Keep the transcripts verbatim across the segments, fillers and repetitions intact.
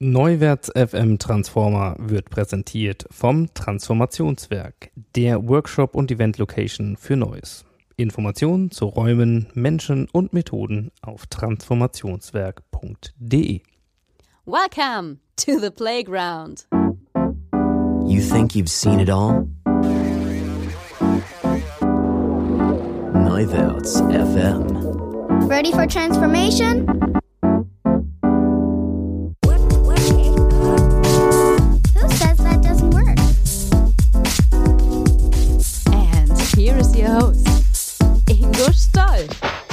Neuwerts F M Transformer wird präsentiert vom Transformationswerk, der Workshop- und Event-Location für Neues. Informationen zu Räumen, Menschen und Methoden auf transformationswerk punkt de. Welcome to the playground. You think you've seen it all? Neuwerts F M. Ready for transformation? Who says that doesn't work? And here is your host, Ingo Stoll.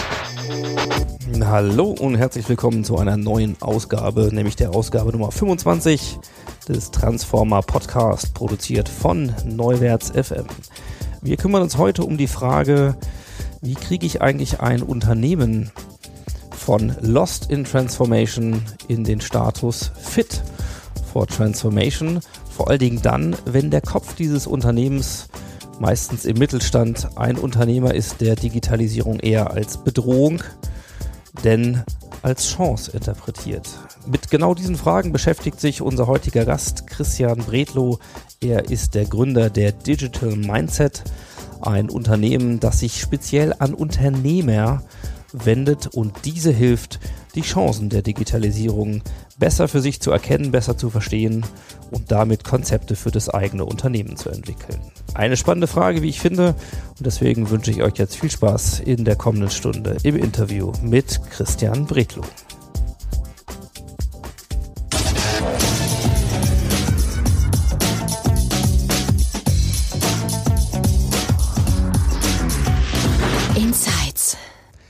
Hallo und herzlich willkommen zu einer neuen Ausgabe, nämlich der Ausgabe Nummer fünfundzwanzig des Transformer Podcast, produziert von Neuwerts F M. Wir kümmern uns heute um die Frage, wie kriege ich eigentlich ein Unternehmen von Lost in Transformation in den Status Fit for Transformation, vor allen Dingen dann, wenn der Kopf dieses Unternehmens meistens im Mittelstand ein Unternehmer ist, der Digitalisierung eher als Bedrohung denn als Chance interpretiert. Mit genau diesen Fragen beschäftigt sich unser heutiger Gast Christian Bredlow. Er ist der Gründer der Digital Mindset, ein Unternehmen, das sich speziell an Unternehmer wendet und diese hilft, die Chancen der Digitalisierung besser für sich zu erkennen, besser zu verstehen und damit Konzepte für das eigene Unternehmen zu entwickeln. Eine spannende Frage, wie ich finde, und deswegen wünsche ich euch jetzt viel Spaß in der kommenden Stunde im Interview mit Christian Bredlow. Insights.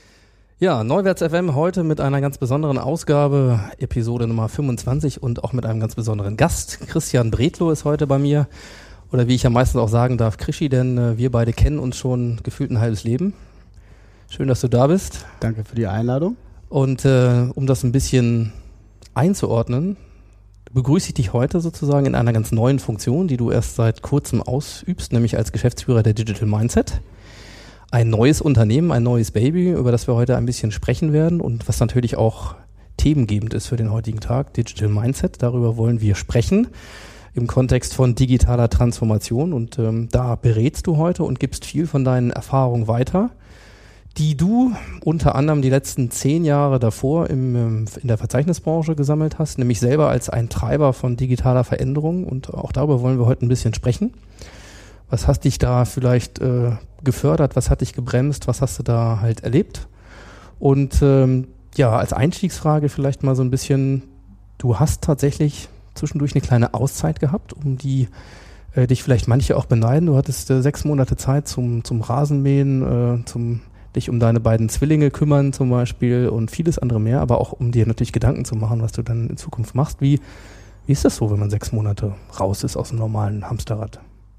Ja, Neuwerts F M heute mit einer ganz besonderen Ausgabe, Episode Nummer fünfundzwanzig und auch mit einem ganz besonderen Gast. Christian Bredlow ist heute bei mir, oder wie ich ja meistens auch sagen darf, Krischi, denn äh, wir beide kennen uns schon gefühlt ein halbes Leben. Schön, dass du da bist. Danke für die Einladung. Und äh, um das ein bisschen einzuordnen, begrüße ich dich heute sozusagen in einer ganz neuen Funktion, die du erst seit kurzem ausübst, nämlich als Geschäftsführer der Digital Mindset. Ein neues Unternehmen, ein neues Baby, über das wir heute ein bisschen sprechen werden und was natürlich auch themengebend ist für den heutigen Tag, Digital Mindset. Darüber wollen wir sprechen im Kontext von digitaler Transformation und ähm, da berätst du heute und gibst viel von deinen Erfahrungen weiter, die du unter anderem die letzten zehn Jahre davor im, ähm, in der Verzeichnisbranche gesammelt hast, nämlich selber als ein Treiber von digitaler Veränderung, und auch darüber wollen wir heute ein bisschen sprechen. Was hast dich da vielleicht äh, gefördert, was hat dich gebremst, was hast du da halt erlebt? Und ähm, ja, als Einstiegsfrage vielleicht mal so ein bisschen, du hast tatsächlich zwischendurch eine kleine Auszeit gehabt, um die äh, dich vielleicht manche auch beneiden. Du hattest äh, sechs Monate Zeit zum, zum Rasenmähen, äh, zum dich um deine beiden Zwillinge kümmern zum Beispiel und vieles andere mehr, aber auch um dir natürlich Gedanken zu machen, was du dann in Zukunft machst. Wie, wie ist das so, wenn man sechs Monate raus ist aus dem normalen Hamsterrad?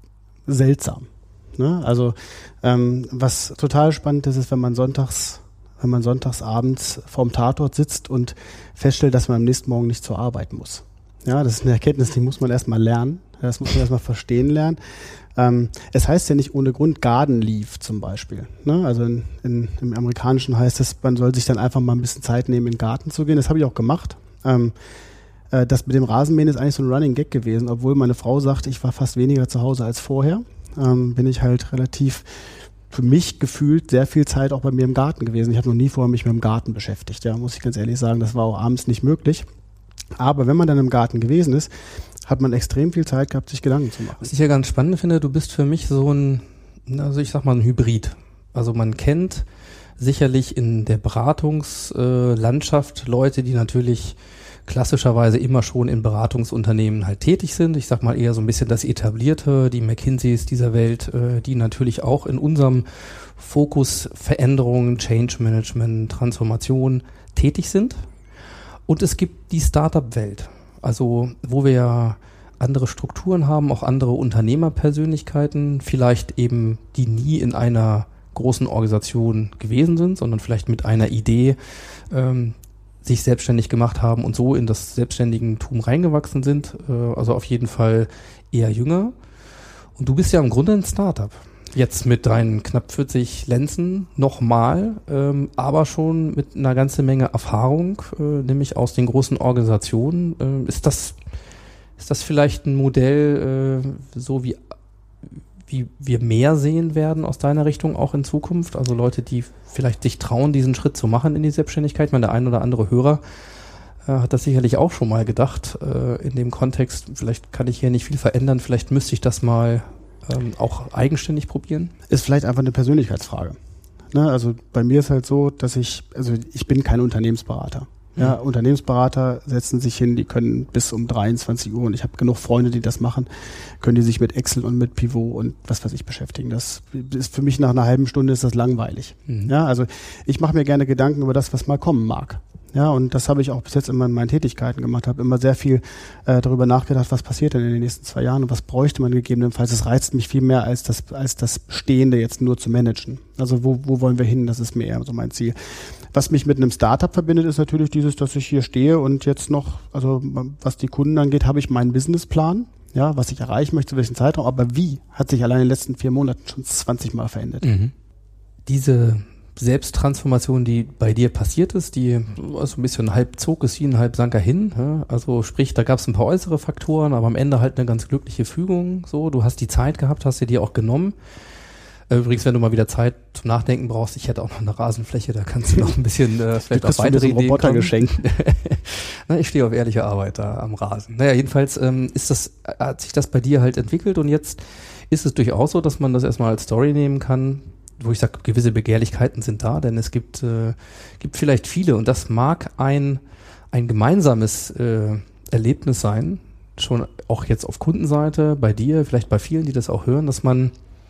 Seltsam. Ne? Also ähm, was total spannend ist, ist, wenn man sonntags, wenn man sonntags abends vorm Tatort sitzt und feststellt, dass man am nächsten Morgen nicht zur Arbeit muss. Ja, das ist eine Erkenntnis, die muss man erstmal lernen. Das muss man erstmal verstehen lernen. Ähm, es heißt ja nicht ohne Grund Garden Leave zum Beispiel. Ne? Also in, in, im Amerikanischen heißt es, man soll sich dann einfach mal ein bisschen Zeit nehmen, in den Garten zu gehen. Das habe ich auch gemacht. Ähm, äh, das mit dem Rasenmähen ist eigentlich so ein Running Gag gewesen, obwohl meine Frau sagt, ich war fast weniger zu Hause als vorher. Ähm, bin ich halt relativ für mich gefühlt sehr viel Zeit auch bei mir im Garten gewesen. Ich habe noch nie vorher mich mit dem Garten beschäftigt. Ja, muss ich ganz ehrlich sagen, das war auch abends nicht möglich. Aber wenn man dann im Garten gewesen ist, hat man extrem viel Zeit gehabt, sich Gedanken zu machen. Was ich ja ganz spannend finde, du bist für mich so ein, also ich sag mal ein Hybrid. Also man kennt sicherlich in der Beratungslandschaft Leute, die natürlich klassischerweise immer schon in Beratungsunternehmen halt tätig sind. Ich sag mal eher so ein bisschen das Etablierte, die McKinseys dieser Welt, die natürlich auch in unserem Fokus Veränderungen, Change Management, Transformation tätig sind. Und es gibt die Startup-Welt, also wo wir ja andere Strukturen haben, auch andere Unternehmerpersönlichkeiten, vielleicht eben die nie in einer großen Organisation gewesen sind, sondern vielleicht mit einer Idee ähm, sich selbstständig gemacht haben und so in das Selbstständigentum reingewachsen sind, äh, also auf jeden Fall eher jünger. Und du bist ja im Grunde ein Startup. Jetzt mit deinen knapp vierzig Lenzen nochmal, ähm, aber schon mit einer ganzen Menge Erfahrung, äh, nämlich aus den großen Organisationen. Äh, ist das, ist das vielleicht ein Modell, äh, so wie, wie wir mehr sehen werden aus deiner Richtung auch in Zukunft? Also Leute, die vielleicht sich trauen, diesen Schritt zu machen in die Selbstständigkeit. Ich meine, der ein oder andere Hörer äh, hat das sicherlich auch schon mal gedacht, äh, in dem Kontext, vielleicht kann ich hier nicht viel verändern, vielleicht müsste ich das mal Ähm, auch eigenständig probieren? Ist vielleicht einfach eine Persönlichkeitsfrage. Ne? Also bei mir ist halt so, dass ich, also ich bin kein Unternehmensberater. Ja, mhm. Unternehmensberater setzen sich hin, die können bis um dreiundzwanzig Uhr, und ich habe genug Freunde, die das machen, können die sich mit Excel und mit Pivot und was weiß ich beschäftigen. Das ist für mich nach einer halben Stunde ist das langweilig. Mhm. Ja, also ich mache mir gerne Gedanken über das, was mal kommen mag. Ja, und das habe ich auch bis jetzt immer in meinen Tätigkeiten gemacht, habe immer sehr viel äh, darüber nachgedacht, was passiert denn in den nächsten zwei Jahren und was bräuchte man gegebenenfalls. Es reizt mich viel mehr, als das, als das Bestehende jetzt nur zu managen. Also wo, wo wollen wir hin? Das ist mir eher so mein Ziel. Was mich mit einem Startup verbindet, ist natürlich dieses, dass ich hier stehe und jetzt noch, also was die Kunden angeht, habe ich meinen Businessplan, ja, was ich erreichen möchte, zu welchem Zeitraum, aber wie, hat sich allein in den letzten vier Monaten schon zwanzig Mal verändert. Mhm. Diese Selbsttransformation, die bei dir passiert ist, die so ein bisschen halb zog es hin, halb sank er hin. Ja? Also sprich, da gab es ein paar äußere Faktoren, aber am Ende halt eine ganz glückliche Fügung. So, du hast die Zeit gehabt, hast sie dir auch genommen. Übrigens, wenn du mal wieder Zeit zum Nachdenken brauchst, ich hätte auch noch eine Rasenfläche, da kannst du noch ein bisschen äh, vielleicht auch weitere Ideen Roboter geschenkt. Na, ich stehe auf ehrliche Arbeit da am Rasen. Naja, jedenfalls ähm, ist das, hat sich das bei dir halt entwickelt und jetzt ist es durchaus so, dass man das erstmal als Story nehmen kann, wo ich sage, gewisse Begehrlichkeiten sind da, denn es gibt, äh, gibt vielleicht viele und das mag ein, ein gemeinsames äh, Erlebnis sein, schon auch jetzt auf Kundenseite, bei dir, vielleicht bei vielen, die das auch hören, dass man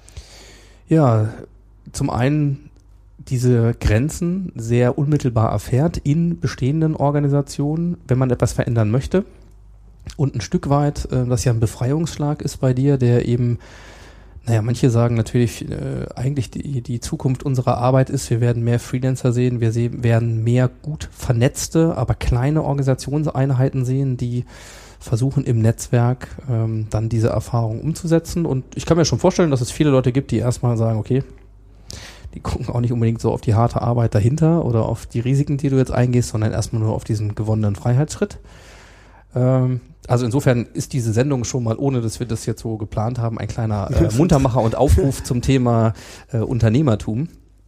ja zum einen diese Grenzen sehr unmittelbar erfährt in bestehenden Organisationen, wenn man etwas verändern möchte und ein Stück weit, äh, das ja ein Befreiungsschlag ist bei dir, der eben Naja, manche sagen natürlich, äh, eigentlich die, die Zukunft unserer Arbeit ist, wir werden mehr Freelancer sehen, wir sehen, werden mehr gut vernetzte, aber kleine Organisationseinheiten sehen, die versuchen im Netzwerk ähm, dann diese Erfahrung umzusetzen. Und ich kann mir schon vorstellen, dass es viele Leute gibt, die erstmal sagen, okay, die gucken auch nicht unbedingt so auf die harte Arbeit dahinter oder auf die Risiken, die du jetzt eingehst, sondern erstmal nur auf diesen gewonnenen Freiheitsschritt. Ähm, Also insofern ist diese Sendung schon mal, ohne dass wir das jetzt so geplant haben, ein kleiner äh, Muntermacher und Aufruf zum Thema äh, Unternehmertum.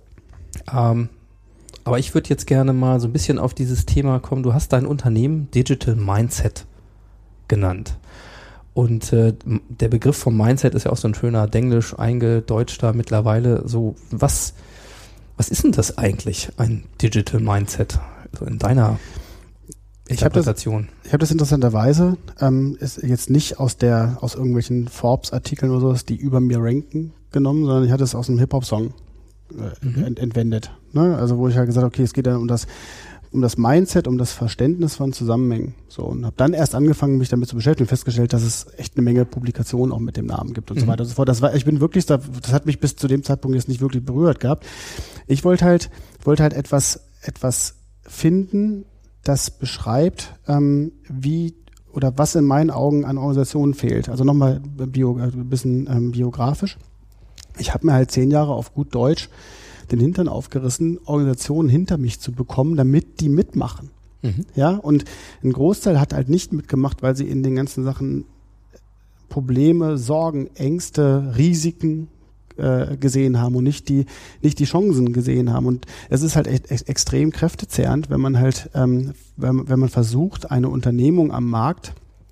Ähm, aber ich würde jetzt gerne mal so ein bisschen auf dieses Thema kommen. Du hast dein Unternehmen Digital Mindset genannt. Und äh, der Begriff vom Mindset ist ja auch so ein schöner Denglisch eingedeutschter mittlerweile. So, was, was ist denn das eigentlich, ein Digital Mindset? So in deiner Interpretation. Ich habe das, hab das interessanterweise ähm, ist jetzt nicht aus der aus irgendwelchen Forbes-Artikeln oder sowas, die über mir ranken, genommen, sondern ich hatte es aus einem Hip-Hop-Song äh, mhm. ent, entwendet. Ne? Also wo ich halt gesagt habe, okay, es geht dann um das um das Mindset, um das Verständnis von Zusammenhängen. So, und habe dann erst angefangen, mich damit zu beschäftigen und festgestellt, dass es echt eine Menge Publikationen auch mit dem Namen gibt und mhm. so weiter und so fort. Das war, ich bin wirklich, das hat mich bis zu dem Zeitpunkt jetzt nicht wirklich berührt gehabt. Ich wollte halt, wollte halt etwas, etwas finden, das beschreibt, ähm, wie oder was in meinen Augen an Organisationen fehlt. Also nochmal bio, ein bisschen ähm, biografisch. Ich habe mir halt zehn Jahre auf gut Deutsch den Hintern aufgerissen, Organisationen hinter mich zu bekommen, damit die mitmachen. Mhm. Ja, und ein Großteil hat halt nicht mitgemacht, weil sie in den ganzen Sachen Probleme, Sorgen, Ängste, Risiken äh, gesehen haben und nicht die nicht die Chancen gesehen haben. Und es ist halt echt, echt extrem kräftezehrend, wenn man halt, ähm, wenn, wenn man versucht, eine Unternehmung am Markt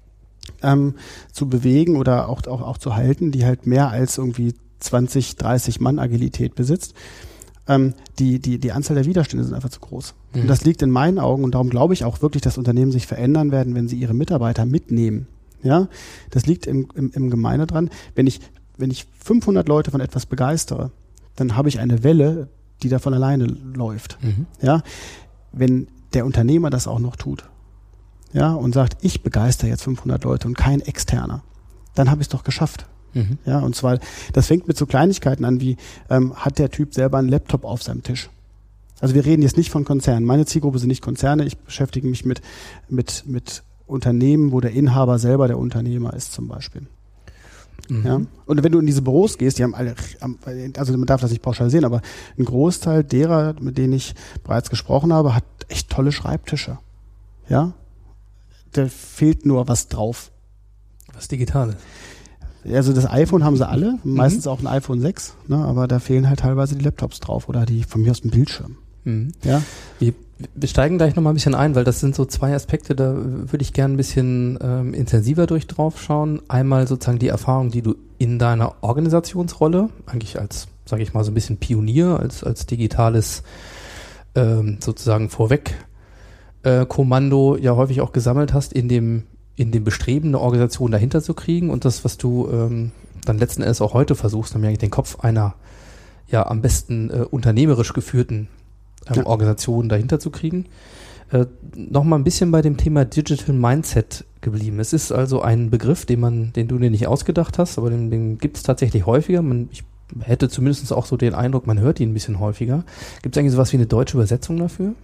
ähm, zu bewegen oder auch, auch, auch zu halten, die halt mehr als irgendwie zwanzig, dreißig Mann Agilität besitzt. Ähm, die, die, die Anzahl der Widerstände sind einfach zu groß. Mhm. Und das liegt in meinen Augen, und darum glaube ich auch wirklich, dass Unternehmen sich verändern werden, wenn sie ihre Mitarbeiter mitnehmen. Ja, das liegt im, im, im Gemeine dran. Wenn ich, wenn ich fünfhundert Leute von etwas begeistere, dann habe ich eine Welle, die davon alleine läuft. Mhm. Ja, wenn der Unternehmer das auch noch tut, ja, und sagt, ich begeistere jetzt fünfhundert Leute und kein Externer, dann habe ich es doch geschafft. Mhm. Ja, und zwar, das fängt mit so Kleinigkeiten an, wie ähm, hat der Typ selber einen Laptop auf seinem Tisch? Also wir reden jetzt nicht von Konzernen. Meine Zielgruppe sind nicht Konzerne. Ich beschäftige mich mit mit mit Unternehmen, wo der Inhaber selber der Unternehmer ist, zum Beispiel. Mhm. Ja? Und wenn du in diese Büros gehst, die haben alle, also man darf das nicht pauschalisieren, aber ein Großteil derer, mit denen ich bereits gesprochen habe, hat echt tolle Schreibtische. Ja, da fehlt nur was drauf. Was Digitales. Also das iPhone haben sie alle, meistens auch ein iPhone sechs, ne, aber da fehlen halt teilweise die Laptops drauf oder die von mir aus dem Bildschirm. Mhm. Ja. Wir, wir steigen gleich nochmal ein bisschen ein, weil das sind so zwei Aspekte, da würde ich gerne ein bisschen ähm, intensiver durch drauf schauen. Einmal sozusagen die Erfahrung, die du in deiner Organisationsrolle, eigentlich als, sage ich mal, so ein bisschen Pionier, als, als digitales ähm, sozusagen vorweg äh, Kommando ja häufig auch gesammelt hast, in dem in dem Bestreben, eine Organisation dahinter zu kriegen und das, was du ähm, dann letzten Endes auch heute versuchst, nämlich den Kopf einer ja am besten äh, unternehmerisch geführten ähm, Ja. Organisation dahinter zu kriegen. Äh, Nochmal ein bisschen bei dem Thema Digital Mindset geblieben. Es ist also ein Begriff, den man, den du dir nicht ausgedacht hast, aber den, den gibt es tatsächlich häufiger. Man, ich hätte zumindest auch so den Eindruck, man hört ihn ein bisschen häufiger. Gibt es eigentlich sowas wie eine deutsche Übersetzung dafür?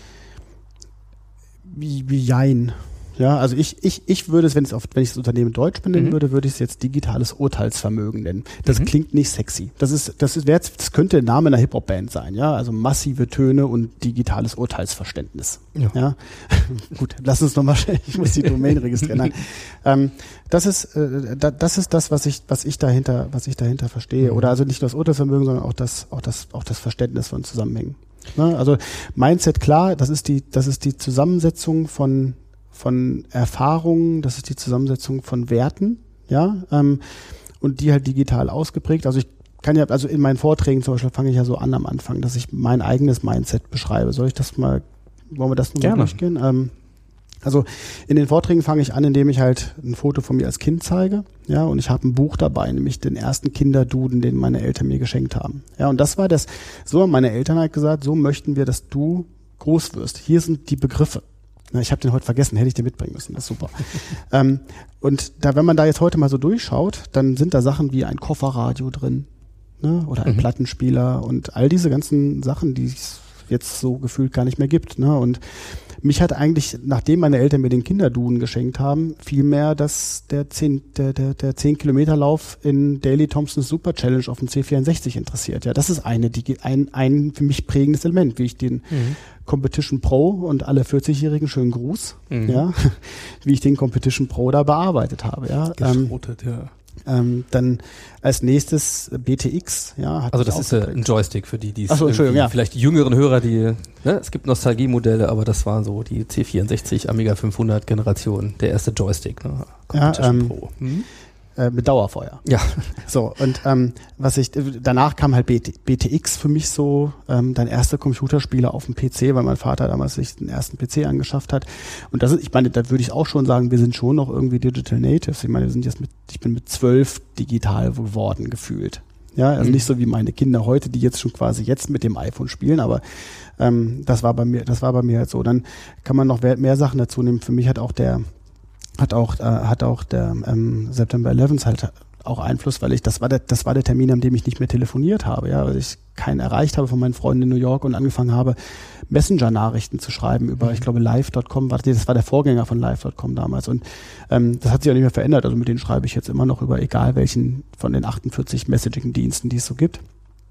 Wie, wie jein. Ja, also ich, ich, ich würde es, wenn es auf, wenn ich das Unternehmen Deutsch benennen Mhm. würde, würde ich es jetzt digitales Urteilsvermögen nennen. Das Mhm. klingt nicht sexy. Das ist, das ist, wär- das könnte der Name einer Hip-Hop-Band sein, ja. Also massive Töne und digitales Urteilsverständnis. Ja. Ja. Gut, lass uns nochmal, ich muss die Domain registrieren. Nein. Ähm, das ist, äh, da, das ist das, was ich, was ich dahinter, was ich dahinter verstehe. Mhm. Oder also nicht nur das Urteilsvermögen, sondern auch das, auch das, auch das Verständnis von Zusammenhängen. Ne? Also Mindset, klar, das ist die, das ist die Zusammensetzung von von Erfahrungen, das ist die Zusammensetzung von Werten, ja, ähm, und die halt digital ausgeprägt. Also ich kann ja, also in meinen Vorträgen zum Beispiel fange ich ja so an am Anfang, dass ich mein eigenes Mindset beschreibe. Soll ich das mal, wollen wir das nochmal Gerne. durchgehen? Ähm, also in den Vorträgen fange ich an, indem ich halt ein Foto von mir als Kind zeige, ja, und ich habe ein Buch dabei, nämlich den ersten Kinderduden, den meine Eltern mir geschenkt haben. Ja, und das war das, so haben meine Eltern halt gesagt, so möchten wir, dass du groß wirst. Hier sind die Begriffe. Na, ich habe den heute vergessen, hätte ich den mitbringen müssen, das ist super. ähm, und da, wenn man da jetzt heute mal so durchschaut, dann sind da Sachen wie ein Kofferradio drin, ne? Oder ein Mhm. Plattenspieler und all diese ganzen Sachen, die es jetzt so gefühlt gar nicht mehr gibt. Ne? Und mich hat eigentlich, nachdem meine Eltern mir den Kinderduden geschenkt haben, vielmehr das der zehn der der der zehn Kilometer Lauf in Daley Thompsons Super Challenge auf dem C vierundsechzig interessiert. Ja, das ist eine die ein ein für mich prägendes Element, wie ich den Mhm. Competition Pro und alle vierzigjährigen schönen Gruß, Mhm. ja, wie ich den Competition Pro da bearbeitet habe. Ja, ähm, Geschrotet, ja. ähm, dann als nächstes B T X, ja. Hat Also mich das ist äh, ausgeprägt. ein Joystick für die, die es Ach so, Entschuldigung, irgendwie- ja. vielleicht die jüngeren Hörer, die, ne, es gibt Nostalgiemodelle, aber das war so die C vierundsechzig Amiga fünfhundert Generation, der erste Joystick, ne? Ja, Competition ähm, Pro. Mhm. äh, mit Dauerfeuer. Ja. So, und ähm, was ich, danach kam halt B T, B T X für mich so, ähm, dein erster Computerspieler auf dem P C, weil mein Vater damals sich den ersten P C angeschafft hat. Und das ist, ich meine, da würde ich auch schon sagen, wir sind schon noch irgendwie Digital Natives. Ich meine, wir sind jetzt mit, ich bin mit zwölf digital geworden, gefühlt. Ja, also Mhm. nicht so wie meine Kinder heute, die jetzt schon quasi jetzt mit dem iPhone spielen, aber ähm, das war bei mir, das war bei mir halt so. Dann kann man noch mehr, mehr Sachen dazu nehmen. Für mich hat auch der hat auch äh, hat auch der ähm, September elfte halt auch Einfluss, weil ich das war der das war der Termin, an dem ich nicht mehr telefoniert habe, ja, weil ich keinen erreicht habe von meinen Freunden in New York und angefangen habe Messenger-Nachrichten zu schreiben über, Mhm. ich glaube live Punkt com, war das war der Vorgänger von live Punkt com damals und ähm, das hat sich auch nicht mehr verändert, also mit denen schreibe ich jetzt immer noch über egal welchen von den achtundvierzig Messaging-Diensten, die es so gibt.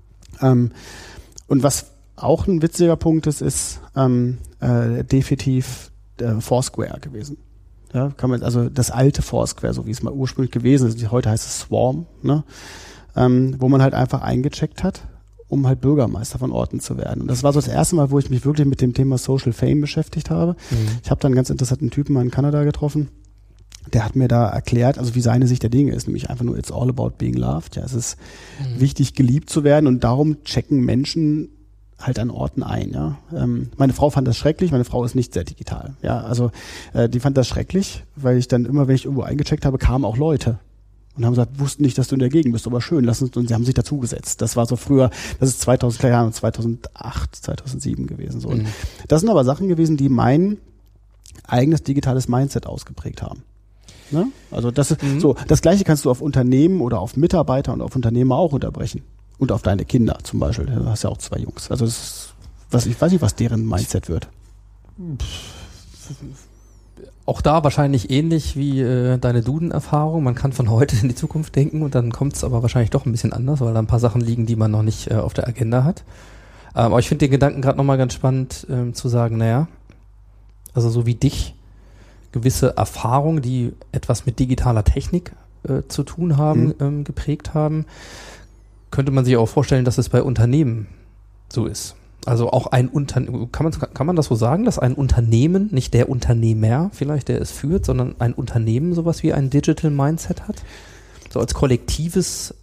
Ähm, und was auch ein witziger Punkt ist, ist ähm, äh, definitiv äh, Foursquare gewesen. Ja, kann man, also das alte Foursquare, so wie es mal ursprünglich gewesen ist, heute heißt es Swarm, ne? ähm, wo man halt einfach eingecheckt hat, um halt Bürgermeister von Orten zu werden. Und das war so das erste Mal, wo ich mich wirklich mit dem Thema Social Fame beschäftigt habe. Mhm. Ich habe dann einen ganz interessanten Typen mal in Kanada getroffen, der hat mir da erklärt, also wie seine Sicht der Dinge ist, nämlich einfach nur it's all about being loved. Ja, es ist Mhm. wichtig, geliebt zu werden und darum checken Menschen halt an Orten ein, ja. Ähm, meine Frau fand das schrecklich, meine Frau ist nicht sehr digital, ja. Also äh, die fand das schrecklich, weil ich dann immer, wenn ich irgendwo eingecheckt habe, kamen auch Leute und haben gesagt, wussten nicht, dass du in der Gegend bist, aber schön, lass uns, und sie haben sich dazugesetzt. Das war so früher, das ist zweitausend, klar, ja, zweitausendacht, zweitausendsieben gewesen, so. Und Mhm. das sind aber Sachen gewesen, die mein eigenes digitales Mindset ausgeprägt haben. Ne? Also das ist Mhm. so, das Gleiche kannst du auf Unternehmen oder auf Mitarbeiter und auf Unternehmer auch unterbrechen. Und auf deine Kinder zum Beispiel. Du hast ja auch zwei Jungs. Also das ist, was, ich weiß nicht, was deren Mindset wird. Auch da wahrscheinlich ähnlich wie äh, deine Duden-Erfahrung. Man kann von heute in die Zukunft denken und dann kommt es aber wahrscheinlich doch ein bisschen anders, weil da ein paar Sachen liegen, die man noch nicht äh, auf der Agenda hat. Ähm, aber ich finde den Gedanken gerade nochmal ganz spannend ähm, zu sagen, naja, also so wie dich gewisse Erfahrungen, die etwas mit digitaler Technik äh, zu tun haben, mhm. ähm, geprägt haben, könnte man sich auch vorstellen, dass es bei Unternehmen so ist. Also auch ein Unternehmen, kann man, kann man das so sagen, dass ein Unternehmen, nicht der Unternehmer vielleicht, der es führt, sondern ein Unternehmen sowas wie ein Digital Mindset hat? So als kollektives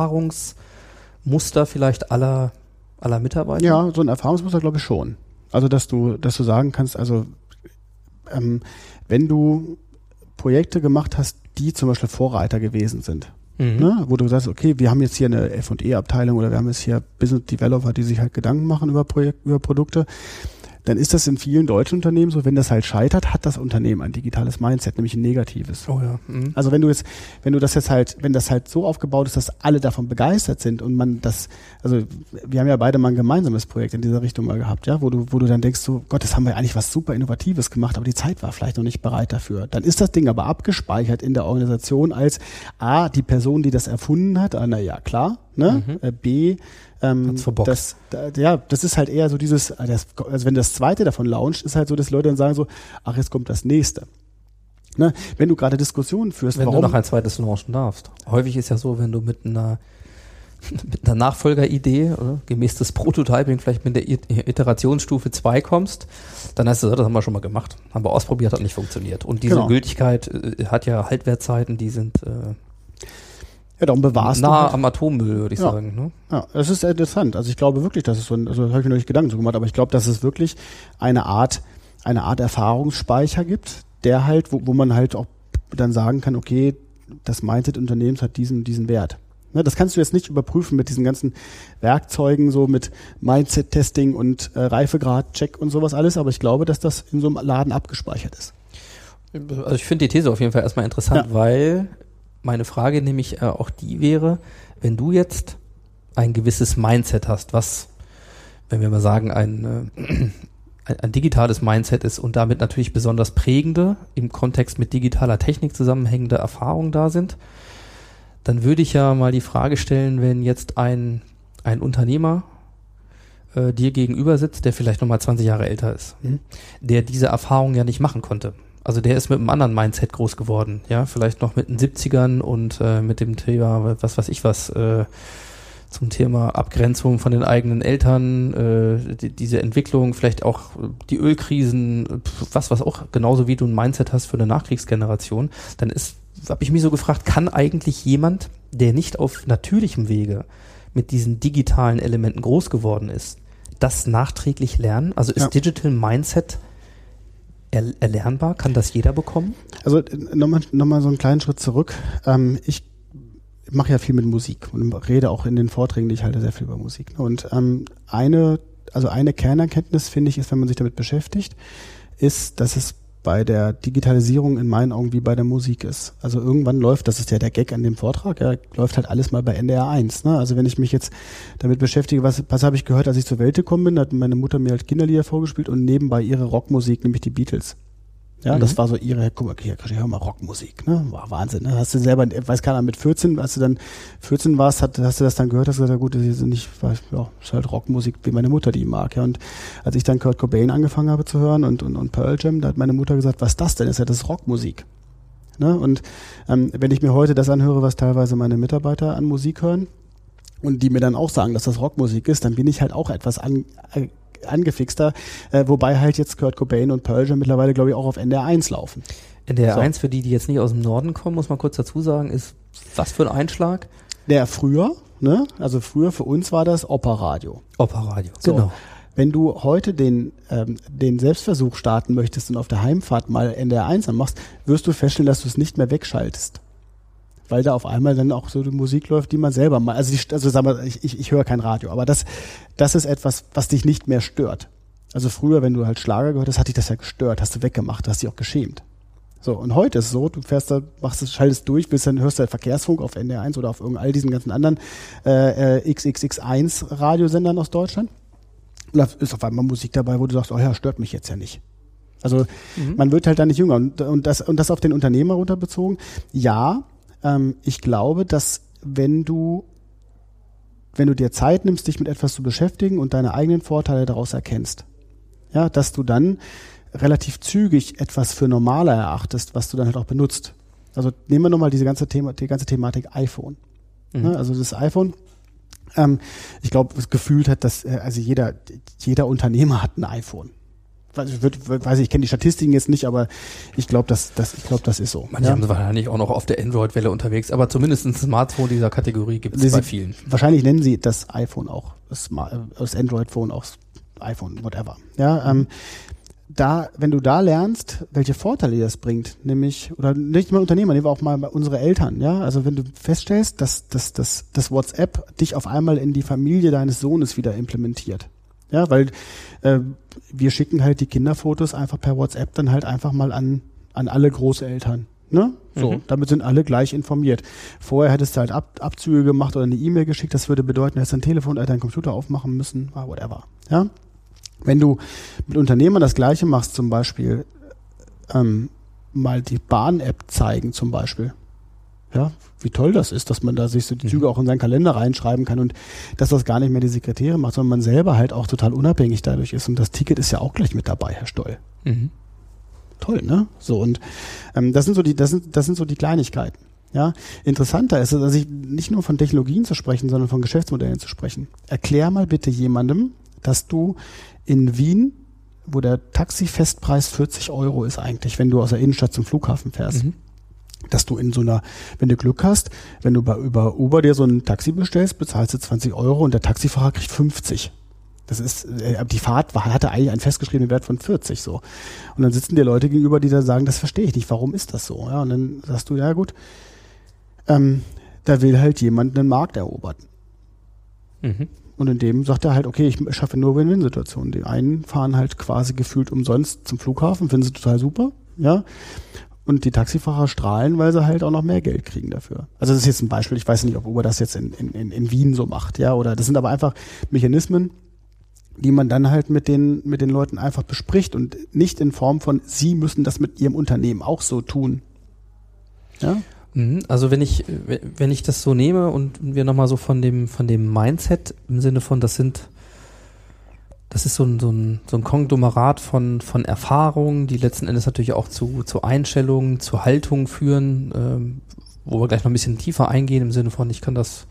Erfahrungsmuster vielleicht aller, aller Mitarbeiter? Ja, so ein Erfahrungsmuster glaube ich schon. Also dass du, dass du sagen kannst, also ähm, wenn du Projekte gemacht hast, die zum Beispiel Vorreiter gewesen sind, Mhm. Ne, wo du sagst, okay, wir haben jetzt hier eine F und E-Abteilung oder wir haben jetzt hier Business Developer, die sich halt Gedanken machen über Projekt, über Produkte, dann ist das in vielen deutschen Unternehmen so, wenn das halt scheitert, hat das Unternehmen ein digitales Mindset, nämlich ein negatives. Oh ja. Mhm. Also wenn du jetzt, wenn du das jetzt halt, wenn das halt so aufgebaut ist, dass alle davon begeistert sind und man das, also wir haben ja beide mal ein gemeinsames Projekt in dieser Richtung mal gehabt, ja, wo du, wo du dann denkst, so Gott, das haben wir eigentlich was super Innovatives gemacht, aber die Zeit war vielleicht noch nicht bereit dafür. Dann ist das Ding aber abgespeichert in der Organisation als A, die Person, die das erfunden hat, ah, na ja, klar, ne, mhm. äh, B, Ähm, das, da, ja, das ist halt eher so dieses, das, also wenn das zweite davon launcht, ist halt so, dass Leute dann sagen so, ach, jetzt kommt das nächste. Ne? Wenn du gerade Diskussionen führst, wenn warum... du noch ein zweites launchen darfst. Häufig ist ja so, wenn du mit einer, mit einer Nachfolgeridee, oder, gemäß des Prototyping vielleicht mit der Iterationsstufe zwei kommst, dann heißt es, das haben wir schon mal gemacht. Haben wir ausprobiert, hat nicht funktioniert. Und diese genau. Gültigkeit äh, hat ja Haltwertzeiten, die sind... Äh, Ja, darum bewahrst nah du halt. am Atommüll, würde ich ja. sagen. Ne? Ja, das ist interessant. Also ich glaube wirklich, dass es so ein, also habe ich mir noch nicht Gedanken zu gemacht, aber ich glaube, dass es wirklich eine Art, eine Art Erfahrungsspeicher gibt, der halt, wo, wo man halt auch dann sagen kann, okay, das Mindset Unternehmens hat diesen, diesen Wert. Ne, das kannst du jetzt nicht überprüfen mit diesen ganzen Werkzeugen, so mit Mindset-Testing und äh, Reifegrad-Check und sowas alles, aber ich glaube, dass das in so einem Laden abgespeichert ist. Also ich finde die These auf jeden Fall erstmal interessant, ja. weil meine Frage nämlich äh, auch die wäre, wenn du jetzt ein gewisses Mindset hast, was, wenn wir mal sagen, ein, äh, ein, ein digitales Mindset ist und damit natürlich besonders prägende, im Kontext mit digitaler Technik zusammenhängende Erfahrungen da sind, dann würde ich ja mal die Frage stellen, wenn jetzt ein, ein Unternehmer äh, dir gegenüber sitzt, der vielleicht nochmal zwanzig Jahre älter ist, mhm. der diese Erfahrung ja nicht machen konnte. Also der ist mit einem anderen Mindset groß geworden, ja, vielleicht noch mit den siebzigern und äh, mit dem Thema, was weiß ich was, äh, zum Thema Abgrenzung von den eigenen Eltern, äh, die, diese Entwicklung, vielleicht auch die Ölkrisen, was, was auch, genauso wie du ein Mindset hast für eine Nachkriegsgeneration, dann ist, habe ich mich so gefragt, kann eigentlich jemand, der nicht auf natürlichem Wege mit diesen digitalen Elementen groß geworden ist, das nachträglich lernen? Also ist ja. Digital Mindset erlernbar? Kann das jeder bekommen? Also nochmal noch mal so einen kleinen Schritt zurück. Ähm, ich mache ja viel mit Musik und rede auch in den Vorträgen, die ich halte, sehr viel über Musik. Und ähm, eine, also eine Kernerkenntnis, finde ich, ist, wenn man sich damit beschäftigt, ist, dass es bei der Digitalisierung in meinen Augen wie bei der Musik ist. Also irgendwann läuft, das ist ja der Gag an dem Vortrag, ja, läuft halt alles mal bei N D R eins. Ne? Also wenn ich mich jetzt damit beschäftige, was, was habe ich gehört, als ich zur Welt gekommen bin, hat meine Mutter mir halt Kinderlieder vorgespielt und nebenbei ihre Rockmusik, nämlich die Beatles. Ja, mhm. das war so ihre, guck mal, hier, hör mal Rockmusik, ne? War Wahnsinn, ne? Hast du selber, weiß keiner, mit vierzehn, als du dann vierzehn warst, hast, hast du das dann gehört, hast du gesagt, ja gut, das ist nicht, ja, ist halt Rockmusik, wie meine Mutter die mag, ja. Und als ich dann Kurt Cobain angefangen habe zu hören und, und, und Pearl Jam, da hat meine Mutter gesagt, was ist das denn? Ist ja das Rockmusik. Ne? Und ähm, wenn ich mir heute das anhöre, was teilweise meine Mitarbeiter an Musik hören und die mir dann auch sagen, dass das Rockmusik ist, dann bin ich halt auch etwas an, äh, angefixter, äh, wobei halt jetzt Kurt Cobain und Pearl Jam mittlerweile, glaube ich, auch auf N D R eins laufen. N D R eins, so. Für die, die jetzt nicht aus dem Norden kommen, muss man kurz dazu sagen, ist was für ein Einschlag? Der früher, ne? Also früher für uns war das Operradio. Operradio, so. Genau. Wenn du heute den, ähm, den Selbstversuch starten möchtest und auf der Heimfahrt mal N D R eins anmachst, wirst du feststellen, dass du es nicht mehr wegschaltest. Weil da auf einmal dann auch so die Musik läuft, die man selber mal, also, die, also sagen wir, ich, ich, ich höre kein Radio, aber das, das ist etwas, was dich nicht mehr stört. Also früher, wenn du halt Schlager gehört hast, hat dich das ja gestört, hast du weggemacht, hast dich auch geschämt. So, und heute ist es so, du fährst da, machst es, schaltest durch, bist dann, hörst du Verkehrsfunk auf N D R eins oder auf irgend all diesen ganzen anderen äh, äh, X X X eins Radiosendern aus Deutschland. Und da ist auf einmal Musik dabei, wo du sagst, oh ja, stört mich jetzt ja nicht. Also mhm. man wird halt da nicht jünger. Und, und, das, und das auf den Unternehmer runterbezogen. Ja, ähm, ich glaube, dass wenn du, wenn du dir Zeit nimmst, dich mit etwas zu beschäftigen und deine eigenen Vorteile daraus erkennst, ja, dass du dann relativ zügig etwas für normaler erachtest, was du dann halt auch benutzt. Also nehmen wir nochmal diese ganze Thema, die ganze Thematik iPhone. Mhm. Ja, also das iPhone, ähm, ich glaube, es gefühlt hat, dass äh, also jeder, jeder Unternehmer hat ein iPhone. Ich würd, weiß ich, ich kenne die Statistiken jetzt nicht, aber ich glaube, das, das, ich glaube, das ist so. Manche ja. haben wahrscheinlich auch noch auf der Android-Welle unterwegs, aber zumindest ein Smartphone dieser Kategorie gibt es bei vielen. Wahrscheinlich nennen sie das iPhone auch, das, das Android-Phone auch iPhone, whatever. Ja, ähm, da, wenn du da lernst, welche Vorteile das bringt, nämlich, oder nicht mal Unternehmer, nehmen wir auch mal unsere Eltern, ja, also wenn du feststellst, dass, dass, dass, dass WhatsApp dich auf einmal in die Familie deines Sohnes wieder implementiert. Ja, weil äh, wir schicken halt die Kinderfotos einfach per WhatsApp dann halt einfach mal an an alle Großeltern. Ne? So, mhm. Damit sind alle gleich informiert. Vorher hättest du halt Ab, Abzüge gemacht oder eine E-Mail geschickt, das würde bedeuten, dass dein Telefon oder deinen Computer aufmachen müssen, whatever. Ja? Wenn du mit Unternehmern das Gleiche machst, zum Beispiel ähm, mal die Bahn-App zeigen zum Beispiel. Ja, wie toll das ist, dass man da sich so die Züge auch in seinen Kalender reinschreiben kann und dass das gar nicht mehr die Sekretärin macht, sondern man selber halt auch total unabhängig dadurch ist. Und das Ticket ist ja auch gleich mit dabei, Herr Stoll. Mhm. Toll, ne? So, und ähm, das sind so die, das sind, das sind so die Kleinigkeiten. Ja, interessanter ist es, also ich, nicht nur von Technologien zu sprechen, sondern von Geschäftsmodellen zu sprechen. Erklär mal bitte jemandem, dass du in Wien, wo der Taxifestpreis vierzig Euro ist eigentlich, wenn du aus der Innenstadt zum Flughafen fährst, mhm. dass du in so einer, wenn du Glück hast, wenn du bei, über Uber dir so ein Taxi bestellst, bezahlst du zwanzig Euro und der Taxifahrer kriegt fünfzig. Das ist, äh, die Fahrt war, hatte eigentlich einen festgeschriebenen Wert von vierzig, so. Und dann sitzen dir Leute gegenüber, die da sagen, das verstehe ich nicht, warum ist das so? Ja, und dann sagst du, ja gut, ähm, da will halt jemand einen Markt erobern. Mhm. Und in dem sagt er halt, okay, ich schaffe nur Win-Win-Situationen. Die einen fahren halt quasi gefühlt umsonst zum Flughafen, finden sie total super, ja. Und die Taxifahrer strahlen, weil sie halt auch noch mehr Geld kriegen dafür. Also das ist jetzt ein Beispiel, ich weiß nicht, ob Uber das jetzt in, in, in Wien so macht, ja, oder das sind aber einfach Mechanismen, die man dann halt mit den, mit den Leuten einfach bespricht und nicht in Form von, sie müssen das mit ihrem Unternehmen auch so tun. Ja? Also wenn ich, wenn ich das so nehme und wir nochmal so von dem, von dem Mindset im Sinne von, das sind, das ist so ein, so ein, so ein Konglomerat von, von Erfahrungen, die letzten Endes natürlich auch zu, zu Einstellungen, zu Haltungen führen, ähm, wo wir gleich noch ein bisschen tiefer eingehen im Sinne von, ich kann das,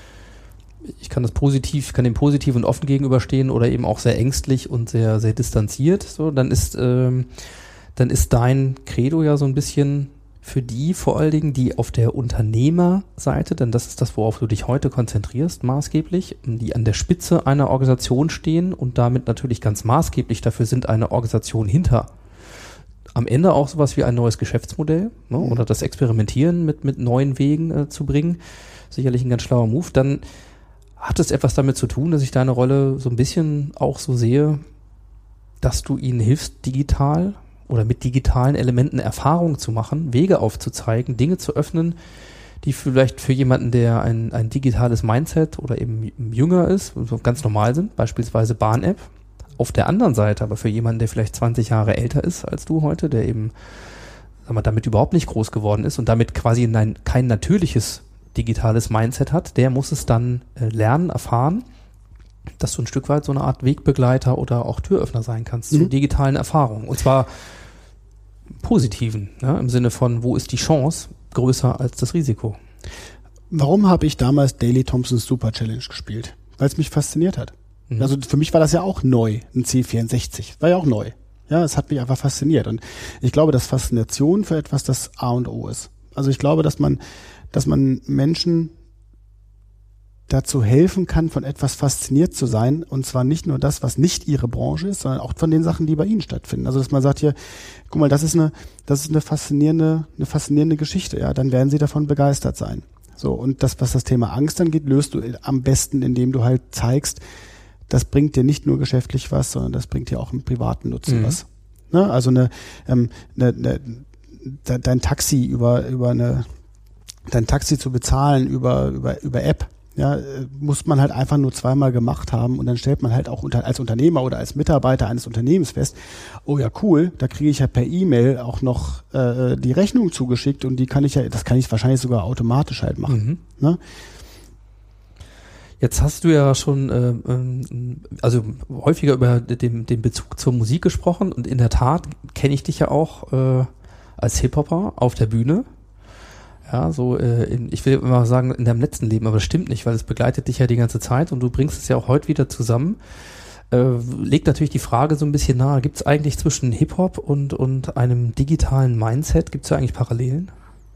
ich kann das positiv, kann dem positiv und offen gegenüberstehen oder eben auch sehr ängstlich und sehr, sehr distanziert. So, dann ist, ähm, dann ist dein Credo ja so ein bisschen für die vor allen Dingen, die auf der Unternehmerseite, denn das ist das, worauf du dich heute konzentrierst, maßgeblich, die an der Spitze einer Organisation stehen und damit natürlich ganz maßgeblich dafür sind, eine Organisation hinter. Am Ende auch sowas wie ein neues Geschäftsmodell, ne, mhm. oder das Experimentieren mit, mit neuen Wegen äh, zu bringen. Sicherlich ein ganz schlauer Move. Dann hat es etwas damit zu tun, dass ich deine Rolle so ein bisschen auch so sehe, dass du ihnen hilfst, digital oder mit digitalen Elementen Erfahrungen zu machen, Wege aufzuzeigen, Dinge zu öffnen, die vielleicht für jemanden, der ein, ein digitales Mindset oder eben jünger ist, ganz normal sind, beispielsweise Bahn-App. Auf der anderen Seite aber für jemanden, der vielleicht zwanzig Jahre älter ist als du heute, der eben sag mal, damit überhaupt nicht groß geworden ist und damit quasi ein, kein natürliches digitales Mindset hat, der muss es dann äh, lernen, erfahren, dass du ein Stück weit so eine Art Wegbegleiter oder auch Türöffner sein kannst, mhm. zu digitalen Erfahrungen. Und zwar positiven, ja, im Sinne von, wo ist die Chance größer als das Risiko? Warum habe ich damals Daley Thompsons Super Challenge gespielt? Weil es mich fasziniert hat. Mhm. Also für mich war das ja auch neu, ein C vierundsechzig. War ja auch neu. Ja, es hat mich einfach fasziniert. Und ich glaube, dass Faszination für etwas das A und O ist. Also ich glaube, dass man, dass man Menschen dazu helfen kann, von etwas fasziniert zu sein, und zwar nicht nur das, was nicht ihre Branche ist, sondern auch von den Sachen, die bei ihnen stattfinden. Also dass man sagt hier, guck mal, das ist eine, das ist eine faszinierende, eine faszinierende Geschichte, ja, dann werden sie davon begeistert sein. So, und das, was das Thema Angst angeht, löst du am besten, indem du halt zeigst, das bringt dir nicht nur geschäftlich was, sondern das bringt dir auch im privaten Nutzen mhm. was. Ne? Also eine, ähm, eine, eine, dein Taxi über, über eine, dein Taxi zu bezahlen über, über, über App, Ja, muss man halt einfach nur zweimal gemacht haben und dann stellt man halt auch unter, als Unternehmer oder als Mitarbeiter eines Unternehmens fest, oh ja cool, da kriege ich ja per E-Mail auch noch äh, die Rechnung zugeschickt und die kann ich ja, das kann ich wahrscheinlich sogar automatisch halt machen. Mhm. Ne? Jetzt hast du ja schon äh, also häufiger über den, den Bezug zur Musik gesprochen und in der Tat kenne ich dich ja auch äh, als Hip-Hopper auf der Bühne. Ja, so, äh, in, ich will immer sagen, in deinem letzten Leben, aber das stimmt nicht, weil es begleitet dich ja die ganze Zeit und du bringst es ja auch heute wieder zusammen. Äh, legt natürlich die Frage so ein bisschen nahe, gibt es eigentlich zwischen Hip-Hop und, und einem digitalen Mindset, gibt es da eigentlich Parallelen?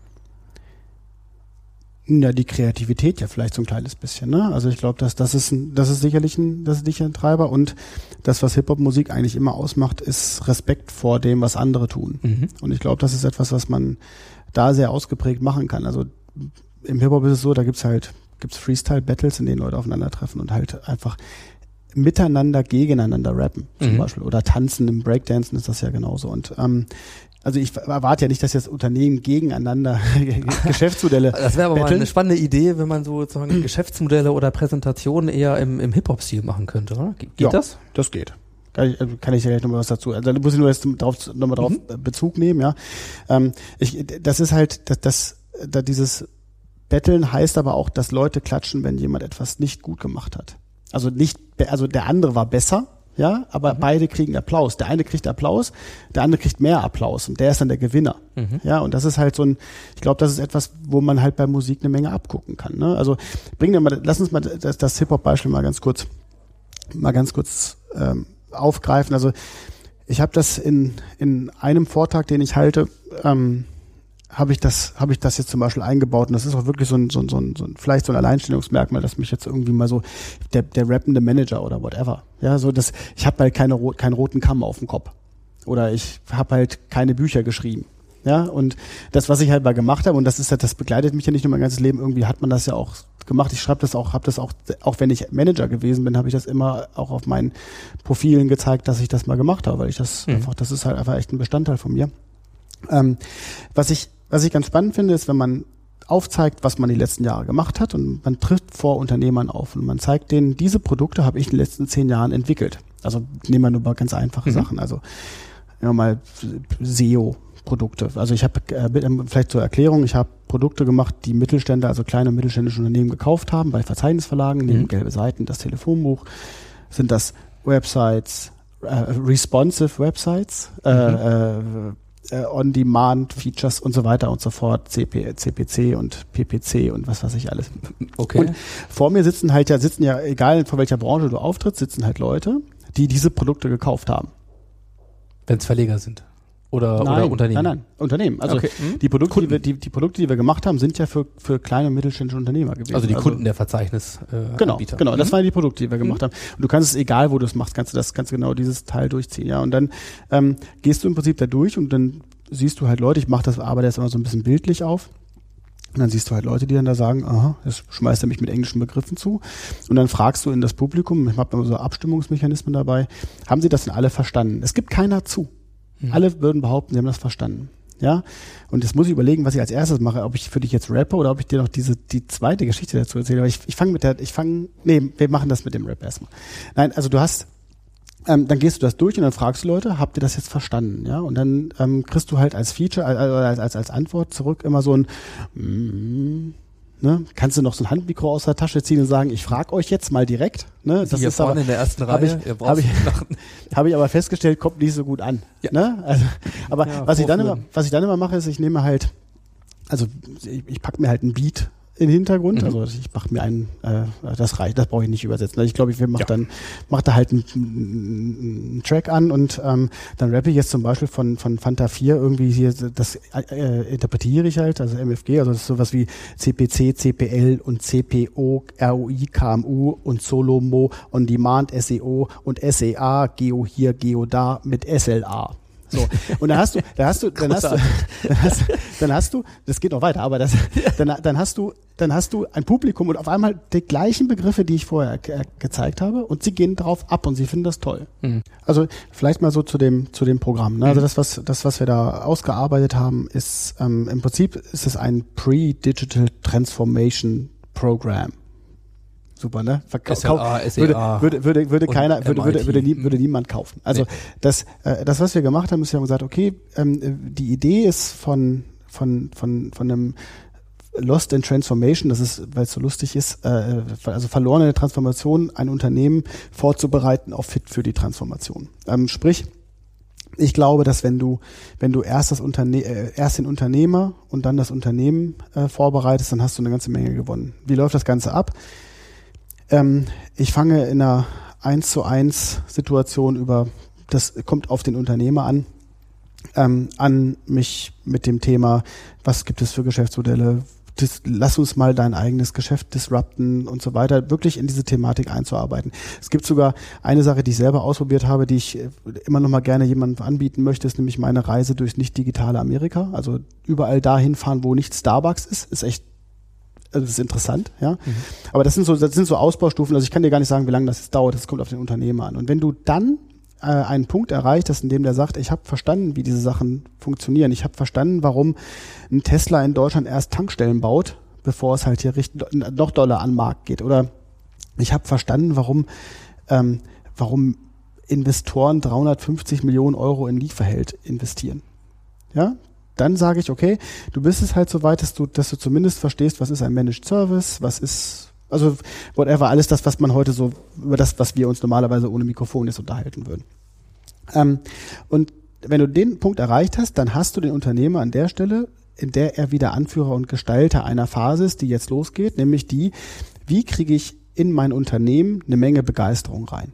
Ja, die Kreativität ja vielleicht so ein kleines bisschen, ne? Also ich glaube, dass das ist ein, das ist sicherlich ein, das ist sicher ein Treiber und das, was Hip-Hop-Musik eigentlich immer ausmacht, ist Respekt vor dem, was andere tun. Mhm. Und ich glaube, das ist etwas, was man da sehr ausgeprägt machen kann. Also im Hip-Hop ist es so, da gibt's halt, gibt's Freestyle-Battles, in denen Leute aufeinandertreffen und halt einfach miteinander gegeneinander rappen, zum mhm. Beispiel. Oder tanzen, im Breakdancen ist das ja genauso. Und ähm, also ich erwarte ja nicht, dass jetzt Unternehmen gegeneinander Geschäftsmodelle Das wäre aber battlen. mal eine spannende Idee, wenn man so sozusagen Geschäftsmodelle oder Präsentationen eher im, im Hip-Hop-Stil machen könnte, oder? Ge- geht ja, das? das geht. Kann ich, kann ich ja gleich nochmal was dazu. Also da muss ich nur jetzt drauf, nochmal drauf mhm. Bezug nehmen, ja. Ähm, ich, das ist halt, das, das, da dieses Betteln heißt aber auch, dass Leute klatschen, wenn jemand etwas nicht gut gemacht hat. Also nicht, also der andere war besser, ja, aber mhm. beide kriegen Applaus. Der eine kriegt Applaus, der andere kriegt mehr Applaus und der ist dann der Gewinner. Mhm. Ja, und das ist halt so ein, ich glaube, das ist etwas, wo man halt bei Musik eine Menge abgucken kann. Ne? Also bringen wir mal, lass uns mal das, das Hip-Hop-Beispiel mal ganz kurz, mal ganz kurz ähm, aufgreifen. Also ich habe das in in einem Vortrag, den ich halte, ähm, habe ich das habe ich das jetzt zum Beispiel eingebaut und das ist auch wirklich so ein so ein, so ein, so ein vielleicht so ein Alleinstellungsmerkmal, dass mich jetzt irgendwie mal so der der rappende Manager oder whatever, ja, so das ich habe halt keine keinen roten Kamm auf dem Kopf oder ich habe halt keine Bücher geschrieben. Ja, und das, was ich halt mal gemacht habe, und das ist halt, das begleitet mich ja nicht nur mein ganzes Leben, irgendwie hat man das ja auch gemacht. Ich schreibe das auch, habe das auch, auch wenn ich Manager gewesen bin, habe ich das immer auch auf meinen Profilen gezeigt, dass ich das mal gemacht habe, weil ich das mhm. einfach, das ist halt einfach echt ein Bestandteil von mir. Ähm, was ich, was ich ganz spannend finde, ist, wenn man aufzeigt, was man die letzten Jahre gemacht hat und man trifft vor Unternehmern auf und man zeigt denen, diese Produkte habe ich in den letzten zehn Jahren entwickelt. Also nehmen wir nur mal ganz einfache mhm. Sachen. Also nehmen wir mal S E O. Produkte. Also ich habe äh, vielleicht zur Erklärung, ich habe Produkte gemacht, die Mittelständler, also kleine und mittelständische Unternehmen gekauft haben bei Verzeichnisverlagen, neben mhm. gelbe Seiten, das Telefonbuch, sind das Websites, äh, responsive Websites, mhm. äh, äh, On-Demand-Features und so weiter und so fort, C P, C P C und P P C und was weiß ich alles. Okay. Und vor mir sitzen halt ja, sitzen ja, egal von welcher Branche du auftrittst, sitzen halt Leute, die diese Produkte gekauft haben. Wenn es Verleger sind. Oder, nein, oder Unternehmen? Nein, nein, Unternehmen. Also okay. hm? die Produkte, die wir, die, die Produkte, die wir gemacht haben, sind ja für, für kleine und mittelständische Unternehmer gewesen. Also die Kunden also, der Verzeichnisanbieter. Äh, genau, Anbieter. genau. Das mhm. waren die Produkte, die wir gemacht mhm. haben. Und du kannst es, egal wo du es machst, kannst du das, kannst du genau dieses Teil durchziehen. Ja, und dann ähm, gehst du im Prinzip da durch und dann siehst du halt Leute, ich mache das, arbeite jetzt immer so ein bisschen bildlich auf. Und dann siehst du halt Leute, die dann da sagen, aha, jetzt schmeißt er mich mit englischen Begriffen zu. Und dann fragst du in das Publikum, ich habe immer so Abstimmungsmechanismen dabei, haben sie das denn alle verstanden? Es gibt keiner zu. Alle würden behaupten, sie haben das verstanden. Ja, und jetzt muss ich überlegen, was ich als erstes mache, ob ich für dich jetzt rappe oder ob ich dir noch diese die zweite Geschichte dazu erzähle. Aber ich, ich fange mit der, ich fange, nee, wir machen das mit dem Rap erstmal. Nein, also du hast, ähm, dann gehst du das durch und dann fragst du Leute, habt ihr das jetzt verstanden? Ja, und dann ähm, kriegst du halt als Feature, als als als Antwort zurück immer so ein mm, ne? Kannst du noch so ein Handmikro aus der Tasche ziehen und sagen, ich frage euch jetzt mal direkt. Ne? Das hier ist vorne aber, in der ersten Reihe. Habe ich, hab ich, hab ich aber festgestellt, kommt nicht so gut an. Ja. Ne? Also, aber ja, was ich dann immer, was ich dann immer mache, ist, ich nehme halt, also ich, ich packe mir halt ein Beat in den Hintergrund, mhm. also ich mache mir einen, äh, das reicht, das brauche ich nicht übersetzen. Ich glaube, ich mache ja. dann, mach da halt einen, einen Track an und ähm, dann rappe ich jetzt zum Beispiel von von Fanta vier irgendwie hier, das äh, interpretiere ich halt, also M F G, also das ist sowas wie C P C, C P L und C P O, R O I, K M U und Solomo, On Demand, S E O und S E A, Geo hier, Geo da mit S L A. So. Und dann hast du, dann hast du, dann hast du, dann hast, dann hast du, das geht noch weiter, aber das, dann, dann hast du, dann hast du ein Publikum und auf einmal die gleichen Begriffe, die ich vorher ge- gezeigt habe, und sie gehen drauf ab und sie finden das toll. Mhm. Also vielleicht mal so zu dem, zu dem Programm. Ne? Also das, was, das, was wir da ausgearbeitet haben, ist ähm, im Prinzip ist es ein Pre-Digital Transformation Program. super, ne? Verkauf, S L A, S E A würde, würde, würde, würde keiner, würde, würde, würde, nie, würde niemand kaufen. Also Nee. das, äh, das, was wir gemacht haben, ist, wir haben gesagt, okay, ähm, die Idee ist von, von, von, von einem Lost in Transformation, das ist, weil es so lustig ist, äh, also verlorene Transformation, ein Unternehmen vorzubereiten auf fit für die Transformation. Ähm, sprich, ich glaube, dass wenn du, wenn du erst das Unterne äh, erst den Unternehmer und dann das Unternehmen äh, vorbereitest, dann hast du eine ganze Menge gewonnen. Wie läuft das Ganze ab? Ähm, ich fange in einer eins zu eins Situation über, das kommt auf den Unternehmer an, ähm, an mich mit dem Thema, was gibt es für Geschäftsmodelle, das, lass uns mal dein eigenes Geschäft disrupten und so weiter, wirklich in diese Thematik einzuarbeiten. Es gibt sogar eine Sache, die ich selber ausprobiert habe, die ich immer noch mal gerne jemandem anbieten möchte, ist nämlich meine Reise durchs nicht digitale Amerika. Also überall dahin fahren, wo nicht Starbucks ist, ist echt, also das ist interessant, ja. Mhm. Aber das sind so, das sind so Ausbaustufen. Also ich kann dir gar nicht sagen, wie lange das jetzt dauert. Das kommt auf den Unternehmer an. Und wenn du dann äh, einen Punkt erreicht hast, in dem der sagt, ich habe verstanden, wie diese Sachen funktionieren. Ich habe verstanden, warum ein Tesla in Deutschland erst Tankstellen baut, bevor es halt hier richtig, noch doller an den Markt geht. Oder ich habe verstanden, warum, ähm, warum Investoren dreihundertfünfzig Millionen Euro in Lieferheld investieren. Ja, dann sage ich, okay, du bist es halt so weit, dass du, dass du zumindest verstehst, was ist ein Managed Service, was ist, also whatever, alles das, was man heute so, über das, was wir uns normalerweise ohne Mikrofon jetzt unterhalten würden. Ähm, und wenn du den Punkt erreicht hast, dann hast du den Unternehmer an der Stelle, in der er wieder Anführer und Gestalter einer Phase ist, die jetzt losgeht, nämlich die, wie kriege ich in mein Unternehmen eine Menge Begeisterung rein.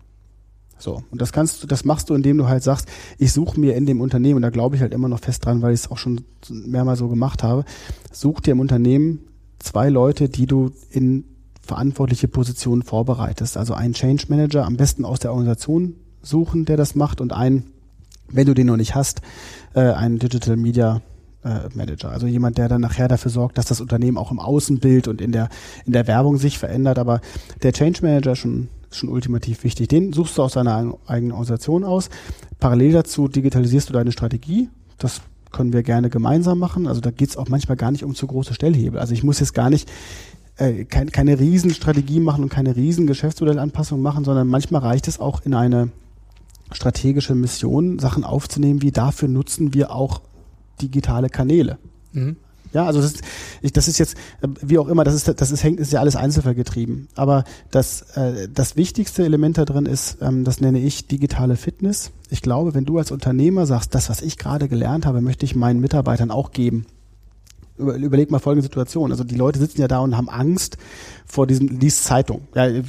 So, und das kannst du, das machst du, indem du halt sagst, ich suche mir in dem Unternehmen, und da glaube ich halt immer noch fest dran, weil ich es auch schon mehrmals so gemacht habe, such dir im Unternehmen zwei Leute, die du in verantwortliche Positionen vorbereitest. Also einen Change Manager, am besten aus der Organisation suchen, der das macht, und einen, wenn du den noch nicht hast, äh, einen Digital Media äh, Manager. Also jemand, der dann nachher dafür sorgt, dass das Unternehmen auch im Außenbild und in der in der Werbung sich verändert. Aber der Change Manager ist schon, ist schon ultimativ wichtig. Den suchst du aus deiner eigenen Organisation aus. Parallel dazu digitalisierst du deine Strategie. Das können wir gerne gemeinsam machen. Also da geht es auch manchmal gar nicht um zu große Stellhebel. Also ich muss jetzt gar nicht äh, kein, keine Riesenstrategie machen und keine riesen Geschäftsmodellanpassung machen, sondern manchmal reicht es auch in eine strategische Mission, Sachen aufzunehmen, wie dafür nutzen wir auch digitale Kanäle. Mhm. Ja, also das ist, ich, das ist jetzt, wie auch immer, das ist, das ist, hängt, ist ja alles einzelfallgetrieben. Aber das, äh, das wichtigste Element da drin ist, ähm, das nenne ich digitale Fitness. Ich glaube, wenn du als Unternehmer sagst, das, was ich gerade gelernt habe, möchte ich meinen Mitarbeitern auch geben. Über, überleg mal folgende Situation. Also die Leute sitzen ja da und haben Angst vor diesem, liest Zeitung. Ja, äh,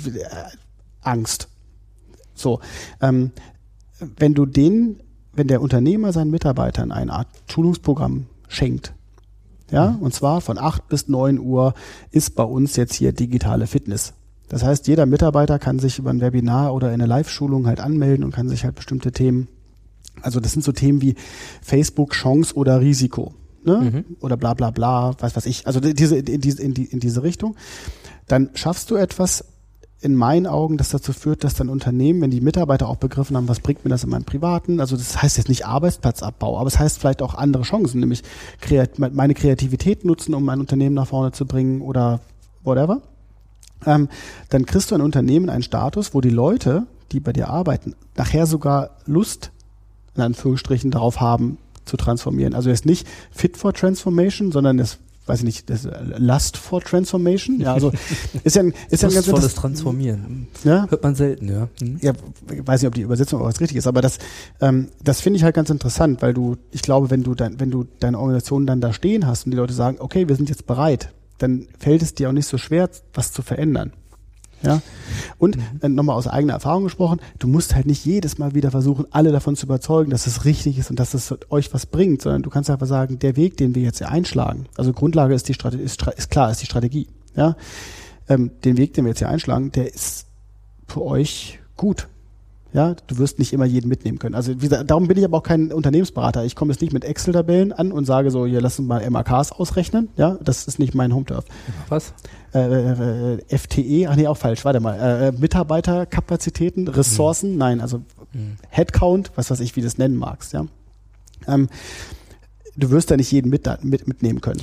Angst. So, ähm, wenn du den, wenn der Unternehmer seinen Mitarbeitern eine Art Schulungsprogramm schenkt, ja, und zwar von acht bis neun Uhr ist bei uns jetzt hier digitale Fitness. Das heißt, jeder Mitarbeiter kann sich über ein Webinar oder eine Live-Schulung halt anmelden und kann sich halt bestimmte Themen, also das sind so Themen wie Facebook, Chance oder Risiko, ne? Mhm. Oder bla bla bla, was weiß ich, also diese, in diese, in die, in diese Richtung. Dann schaffst du etwas, in meinen Augen, das dazu führt, dass dann Unternehmen, wenn die Mitarbeiter auch begriffen haben, was bringt mir das in meinem Privaten, also das heißt jetzt nicht Arbeitsplatzabbau, aber es heißt vielleicht auch andere Chancen, nämlich kreat- meine Kreativität nutzen, um mein Unternehmen nach vorne zu bringen oder whatever, ähm, dann kriegst du ein Unternehmen einen Status, wo die Leute, die bei dir arbeiten, nachher sogar Lust, in Anführungsstrichen, darauf haben, zu transformieren. Also jetzt nicht fit for transformation, sondern das weiß ich nicht, das Lust for Transformation. Ja, also ist ja ein, ist ja ein ganz volles Transformieren. Ja? Hört man selten, ja. Mhm. Ja, weiß nicht, ob die Übersetzung auch was richtig ist, aber das, ähm, das finde ich halt ganz interessant, weil du, ich glaube, wenn du dein, wenn du deine Organisation dann da stehen hast und die Leute sagen, okay, wir sind jetzt bereit, dann fällt es dir auch nicht so schwer, was zu verändern. Ja. Und mhm. äh, nochmal aus eigener Erfahrung gesprochen, du musst halt nicht jedes Mal wieder versuchen, alle davon zu überzeugen, dass es richtig ist und dass es euch was bringt, sondern du kannst einfach sagen, der Weg, den wir jetzt hier einschlagen, also Grundlage ist die Strategie, ist, ist klar, ist die Strategie, ja, ähm, den Weg, den wir jetzt hier einschlagen, der ist für euch gut. Ja, du wirst nicht immer jeden mitnehmen können. Also wie gesagt, darum bin ich aber auch kein Unternehmensberater. Ich komme jetzt nicht mit Excel-Tabellen an und sage so, hier lass uns mal M A Ks ausrechnen. Ja, das ist nicht mein Home-Turf. Was? Äh, äh, F T E, ach nee, auch falsch, warte mal. Äh, Mitarbeiterkapazitäten, Ressourcen, mhm. nein, also mhm. Headcount, was weiß ich, wie du das nennen magst. Ja, ähm, du wirst da nicht jeden mit, mit, mitnehmen können.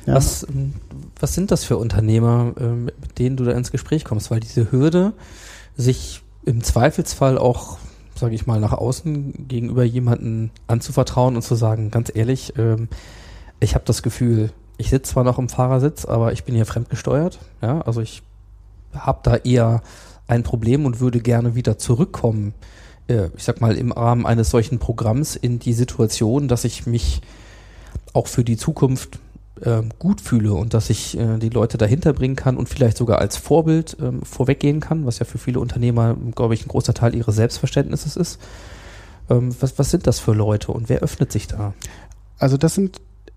Ja. Was, was sind das für Unternehmer, mit denen du da ins Gespräch kommst? Weil diese Hürde, sich im Zweifelsfall auch, sage ich mal, nach außen gegenüber jemanden anzuvertrauen und zu sagen, ganz ehrlich, ähm, ich habe das Gefühl, ich sitze zwar noch im Fahrersitz, aber ich bin hier fremdgesteuert. Ja, also ich habe da eher ein Problem und würde gerne wieder zurückkommen, äh, ich sag mal, im Rahmen eines solchen Programms in die Situation, dass ich mich auch für die Zukunft äh, gut fühle und dass ich äh, die Leute dahinter bringen kann und vielleicht sogar als Vorbild äh, vorweggehen kann, was ja für viele Unternehmer, glaube ich, ein großer Teil ihres Selbstverständnisses ist. Ähm, was, was sind das für Leute und wer öffnet sich da? Also das sind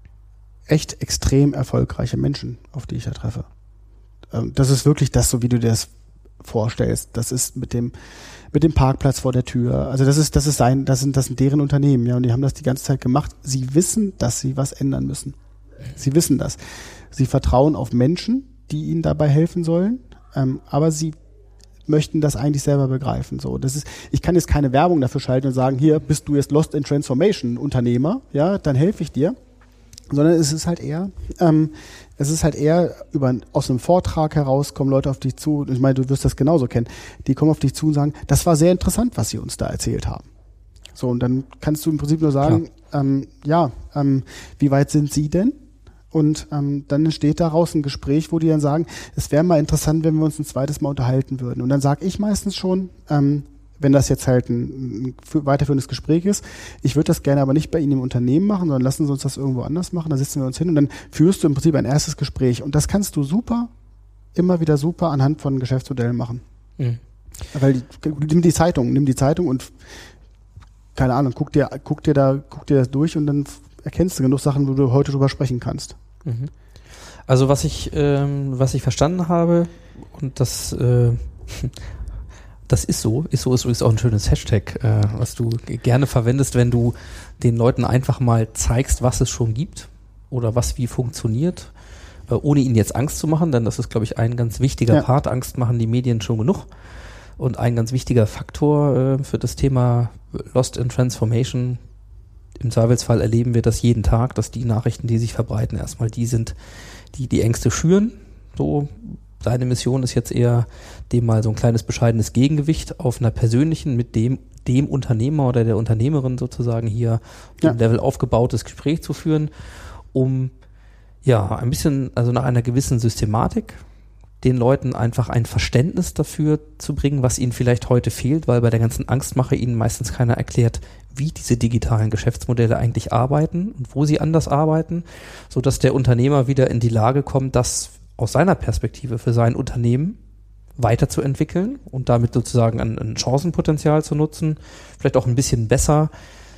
echt extrem erfolgreiche Menschen, auf die ich da treffe. Ähm, das ist wirklich das, so wie du dir das vorstellst. Das ist mit dem mit dem Parkplatz vor der Tür. Also das ist das ist sein, das sind das sind deren Unternehmen, ja, und die haben das die ganze Zeit gemacht. Sie wissen, dass sie was ändern müssen. Sie wissen das. Sie vertrauen auf Menschen, die ihnen dabei helfen sollen, ähm, aber sie möchten das eigentlich selber begreifen. So, das ist, ich kann jetzt keine Werbung dafür schalten und sagen, hier bist du jetzt Lost in Transformation Unternehmer, ja, dann helfe ich dir. Sondern es ist halt eher, ähm, es ist halt eher über aus einem Vortrag heraus kommen Leute auf dich zu. Ich meine, du wirst das genauso kennen. Die kommen auf dich zu und sagen, das war sehr interessant, was sie uns da erzählt haben. So, und dann kannst du im Prinzip nur sagen, ähm, ja, ähm, wie weit sind Sie denn? Und ähm, dann entsteht daraus ein Gespräch, wo die dann sagen, es wäre mal interessant, wenn wir uns ein zweites Mal unterhalten würden. Und dann sage ich meistens schon, ähm, wenn das jetzt halt ein, ein weiterführendes Gespräch ist, ich würde das gerne aber nicht bei Ihnen im Unternehmen machen, sondern lassen Sie uns das irgendwo anders machen, da sitzen wir uns hin und dann führst du im Prinzip ein erstes Gespräch. Und das kannst du super, immer wieder super anhand von Geschäftsmodellen machen. Mhm. Weil die, nimm die Zeitung, nimm die Zeitung und keine Ahnung, guck dir, guck dir da, guck dir das durch und dann erkennst du genug Sachen, wo du heute drüber sprechen kannst. Mhm. Also was ich, ähm, was ich verstanden habe, und das, äh, das ist so, ist so ist übrigens auch ein schönes Hashtag, äh, was du gerne verwendest, wenn du den Leuten einfach mal zeigst, was es schon gibt oder was wie funktioniert, äh, ohne ihnen jetzt Angst zu machen, denn das ist, glaube ich, ein ganz wichtiger ja. Part. Angst machen die Medien schon genug. Und ein ganz wichtiger Faktor äh, für das Thema Lost in Transformation. Im Zweifelsfall erleben wir das jeden Tag, dass die Nachrichten, die sich verbreiten, erstmal die sind, die die Ängste schüren. So, deine Mission ist jetzt eher, dem mal so ein kleines bescheidenes Gegengewicht auf einer persönlichen, mit dem dem Unternehmer oder der Unternehmerin sozusagen hier auf ja. dem Level aufgebautes Gespräch zu führen, um ja ein bisschen, also nach einer gewissen Systematik, den Leuten einfach ein Verständnis dafür zu bringen, was ihnen vielleicht heute fehlt, weil bei der ganzen Angstmache ihnen meistens keiner erklärt, wie diese digitalen Geschäftsmodelle eigentlich arbeiten und wo sie anders arbeiten, so dass der Unternehmer wieder in die Lage kommt, das aus seiner Perspektive für sein Unternehmen weiterzuentwickeln und damit sozusagen ein, ein Chancenpotenzial zu nutzen, vielleicht auch ein bisschen besser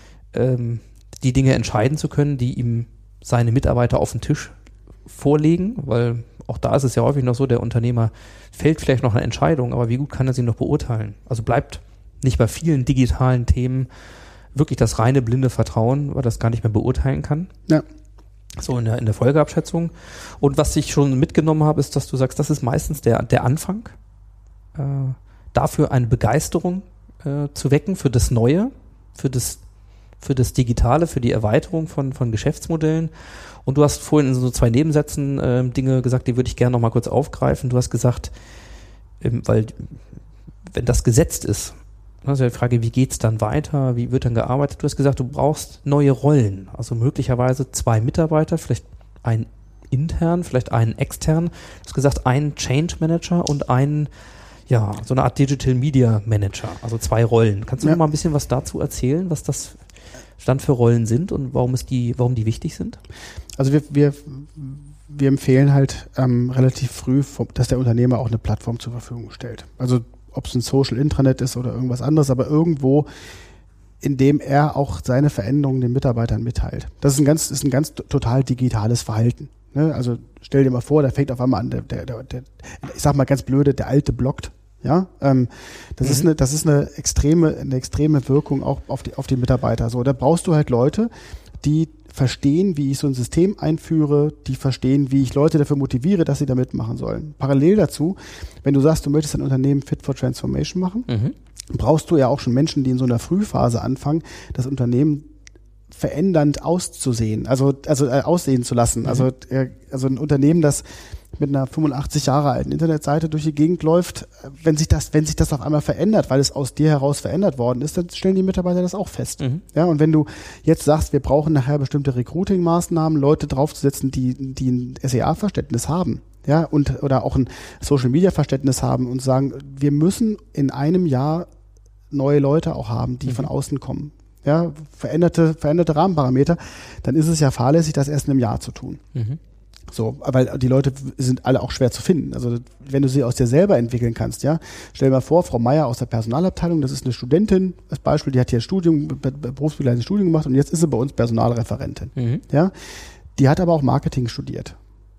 ähm, die Dinge entscheiden zu können, die ihm seine Mitarbeiter auf den Tisch vorlegen, weil auch da ist es ja häufig noch so, der Unternehmer fällt vielleicht noch eine Entscheidung, aber wie gut kann er sie noch beurteilen? Also bleibt nicht bei vielen digitalen Themen wirklich das reine blinde Vertrauen, weil das gar nicht mehr beurteilen kann. Ja. So in der, in der Folgeabschätzung. Und was ich schon mitgenommen habe, ist, dass du sagst, das ist meistens der, der Anfang, äh, dafür eine Begeisterung äh, zu wecken für das Neue, für das, für das Digitale, für die Erweiterung von, von Geschäftsmodellen. Und du hast vorhin in so zwei Nebensätzen äh, Dinge gesagt, die würde ich gerne noch mal kurz aufgreifen. Du hast gesagt, ähm, weil wenn das gesetzt ist, also die Frage, wie geht's dann weiter, wie wird dann gearbeitet? Du hast gesagt, du brauchst neue Rollen, also möglicherweise zwei Mitarbeiter, vielleicht einen intern, vielleicht einen extern. Du hast gesagt, einen Change Manager und einen, ja, so eine Art Digital Media Manager, also zwei Rollen. Kannst du ja. noch mal ein bisschen was dazu erzählen, was das Stand für Rollen sind und warum es die, warum die wichtig sind? Also wir, wir, wir empfehlen halt ähm, relativ früh, dass der Unternehmer auch eine Plattform zur Verfügung stellt. Also ob es ein Social Intranet ist oder irgendwas anderes, aber irgendwo, in dem er auch seine Veränderungen den Mitarbeitern mitteilt. Das ist ein ganz, ist ein ganz total digitales Verhalten. Ne? Also stell dir mal vor, da fängt auf einmal an, der, der, der, der, ich sag mal ganz blöde, der Alte blockt. Ja, ähm, das mhm. ist eine, das ist eine extreme, eine extreme Wirkung auch auf die, auf die Mitarbeiter. So, da brauchst du halt Leute, die verstehen, wie ich so ein System einführe, die verstehen, wie ich Leute dafür motiviere, dass sie da mitmachen sollen. Parallel dazu, wenn du sagst, du möchtest ein Unternehmen fit for transformation machen, mhm. brauchst du ja auch schon Menschen, die in so einer Frühphase anfangen, das Unternehmen verändernd auszusehen, also also äh, aussehen zu lassen. Mhm. Also äh, also ein Unternehmen, das mit einer fünfundachtzig Jahre alten Internetseite durch die Gegend läuft, wenn sich das wenn sich das auf einmal verändert, weil es aus dir heraus verändert worden ist, dann stellen die Mitarbeiter das auch fest. Mhm. Ja, und wenn du jetzt sagst, wir brauchen nachher bestimmte Recruiting-Maßnahmen, Leute draufzusetzen, die die ein S E A-Verständnis haben, ja, und oder auch ein Social-Media-Verständnis haben und sagen, wir müssen in einem Jahr neue Leute auch haben, die mhm. von außen kommen. Ja, veränderte, veränderte Rahmenparameter, dann ist es ja fahrlässig, das erst in einem Jahr zu tun. Mhm. So, weil die Leute sind alle auch schwer zu finden. Also wenn du sie aus dir selber entwickeln kannst, ja, stell dir mal vor, Frau Meier aus der Personalabteilung, das ist eine Studentin, als Beispiel, die hat hier Studium, berufsbegleitendes Studium gemacht und jetzt ist sie bei uns Personalreferentin. Mhm. Ja, die hat aber auch Marketing studiert.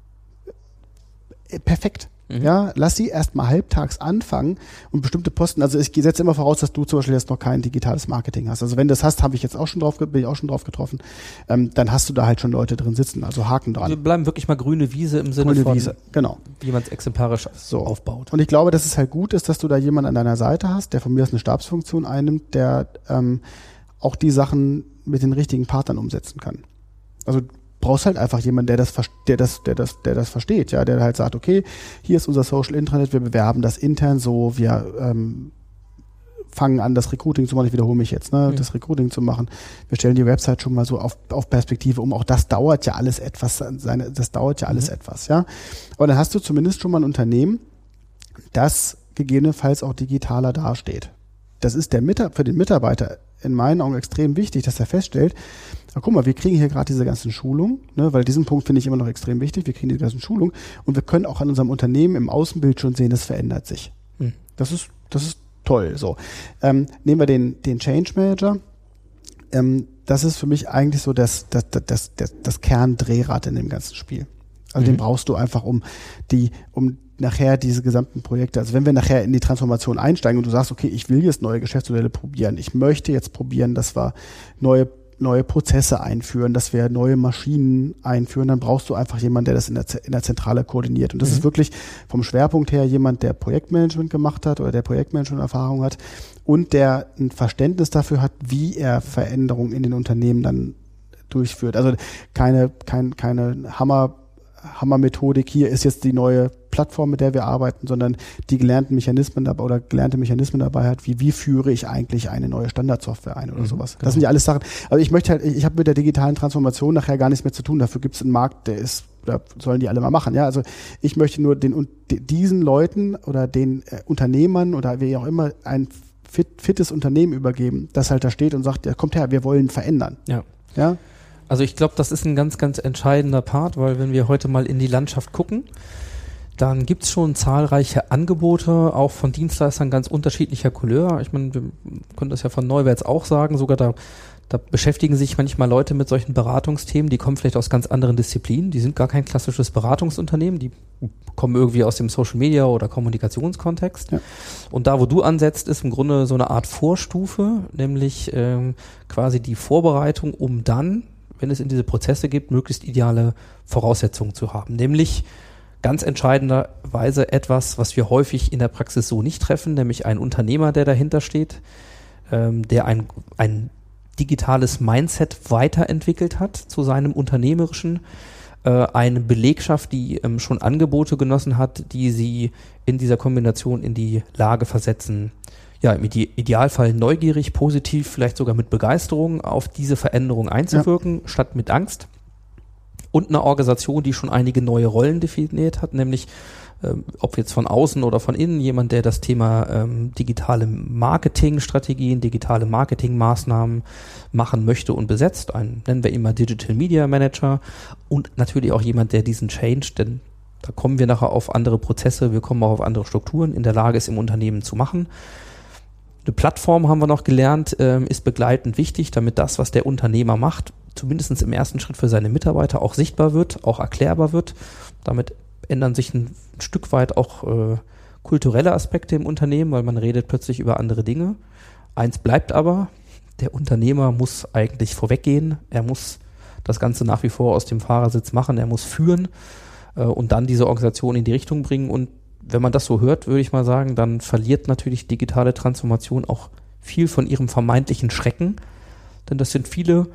Perfekt. Mhm. Ja, lass sie erst mal halbtags anfangen und bestimmte Posten, also ich setze immer voraus, dass du zum Beispiel jetzt noch kein digitales Marketing hast. Also wenn du das hast, habe ich jetzt auch schon drauf, bin ich auch schon drauf getroffen, ähm, dann hast du da halt schon Leute drin sitzen, also Haken dran. Wir bleiben wirklich mal grüne Wiese im Sinne grüne von, Wiese, genau. Wie man es exemplarisch so aufbaut. Und ich glaube, dass es halt gut ist, dass du da jemanden an deiner Seite hast, der von mir aus eine Stabsfunktion einnimmt, der ähm, auch die Sachen mit den richtigen Partnern umsetzen kann. Also brauchst halt einfach jemanden, der das, der das, der das, der das versteht, ja, der halt sagt, okay, hier ist unser Social Intranet, wir bewerben das intern so, wir ähm, fangen an, das Recruiting zu machen, ich wiederhole mich jetzt, ne, mhm. das Recruiting zu machen, wir stellen die Website schon mal so auf, auf Perspektive um, auch das dauert ja alles etwas, seine, das dauert ja alles mhm. etwas, ja, aber dann hast du zumindest schon mal ein Unternehmen, das gegebenenfalls auch digitaler dasteht. Das ist der Mitar- für den Mitarbeiter in meinen Augen extrem wichtig, dass er feststellt, ach, guck mal, wir kriegen hier gerade diese ganzen Schulungen, ne, weil diesen Punkt finde ich immer noch extrem wichtig, wir kriegen diese ganzen Schulungen und wir können auch an unserem Unternehmen im Außenbild schon sehen, das verändert sich. Hm. Das ist, das ist toll, so. Ähm, nehmen wir den, den Change Manager, ähm, das ist für mich eigentlich so das, das, das, das, das Kerndrehrad in dem ganzen Spiel. Also mhm. den brauchst du einfach, um die, um nachher diese gesamten Projekte, also wenn wir nachher in die Transformation einsteigen und du sagst, okay, ich will jetzt neue Geschäftsmodelle probieren, ich möchte jetzt probieren, dass wir neue neue Prozesse einführen, dass wir neue Maschinen einführen, dann brauchst du einfach jemanden, der das in der, in der Zentrale koordiniert. Und das mhm. ist wirklich vom Schwerpunkt her jemand, der Projektmanagement gemacht hat oder der Projektmanagement-Erfahrung hat und der ein Verständnis dafür hat, wie er Veränderungen in den Unternehmen dann durchführt. Also keine, kein, keine Hammer Hammermethodik, hier ist jetzt die neue Plattform, mit der wir arbeiten, sondern die gelernten Mechanismen dabei oder gelernte Mechanismen dabei hat, wie wie führe ich eigentlich eine neue Standardsoftware ein oder mhm, sowas. Genau. Das sind ja alles Sachen. Also ich möchte halt, ich habe mit der digitalen Transformation nachher gar nichts mehr zu tun. Dafür gibt es einen Markt, der ist, da sollen die alle mal machen. Ja, also ich möchte nur den diesen Leuten oder den äh, Unternehmern oder wie auch immer ein fit, fittes Unternehmen übergeben, das halt da steht und sagt, ja, kommt her, wir wollen verändern. Ja. Ja. Also ich glaube, das ist ein ganz, ganz entscheidender Part, weil wenn wir heute mal in die Landschaft gucken, dann gibt es schon zahlreiche Angebote, auch von Dienstleistern ganz unterschiedlicher Couleur. Ich meine, wir können das ja von Neuwerts auch sagen, sogar da, da beschäftigen sich manchmal Leute mit solchen Beratungsthemen, die kommen vielleicht aus ganz anderen Disziplinen, die sind gar kein klassisches Beratungsunternehmen, die kommen irgendwie aus dem Social Media oder Kommunikationskontext. Ja. Und da, wo du ansetzt, ist im Grunde so eine Art Vorstufe, nämlich ähm, quasi die Vorbereitung, um dann, wenn es in diese Prozesse gibt, möglichst ideale Voraussetzungen zu haben. Nämlich ganz entscheidenderweise etwas, was wir häufig in der Praxis so nicht treffen, nämlich ein Unternehmer, der dahinter steht, ähm, der ein, ein digitales Mindset weiterentwickelt hat zu seinem unternehmerischen, äh, eine Belegschaft, die ähm, schon Angebote genossen hat, die sie in dieser Kombination in die Lage versetzen, ja, im Ide- Idealfall neugierig, positiv, vielleicht sogar mit Begeisterung auf diese Veränderung einzuwirken, ja. statt mit Angst. Und eine Organisation, die schon einige neue Rollen definiert hat, nämlich ähm, ob jetzt von außen oder von innen, jemand, der das Thema ähm, digitale Marketingstrategien, digitale Marketingmaßnahmen machen möchte und besetzt. Einen nennen wir ihn mal Digital Media Manager und natürlich auch jemand, der diesen Change, denn da kommen wir nachher auf andere Prozesse, wir kommen auch auf andere Strukturen, in der Lage ist, im Unternehmen zu machen. Eine Plattform, haben wir noch gelernt, ähm, ist begleitend wichtig, damit das, was der Unternehmer macht, zumindest im ersten Schritt für seine Mitarbeiter auch sichtbar wird, auch erklärbar wird. Damit ändern sich ein Stück weit auch äh, kulturelle Aspekte im Unternehmen, weil man redet plötzlich über andere Dinge. Eins bleibt aber, der Unternehmer muss eigentlich vorweggehen, er muss das Ganze nach wie vor aus dem Fahrersitz machen, er muss führen äh, und dann diese Organisation in die Richtung bringen. Und wenn man das so hört, würde ich mal sagen, dann verliert natürlich digitale Transformation auch viel von ihrem vermeintlichen Schrecken, denn das sind viele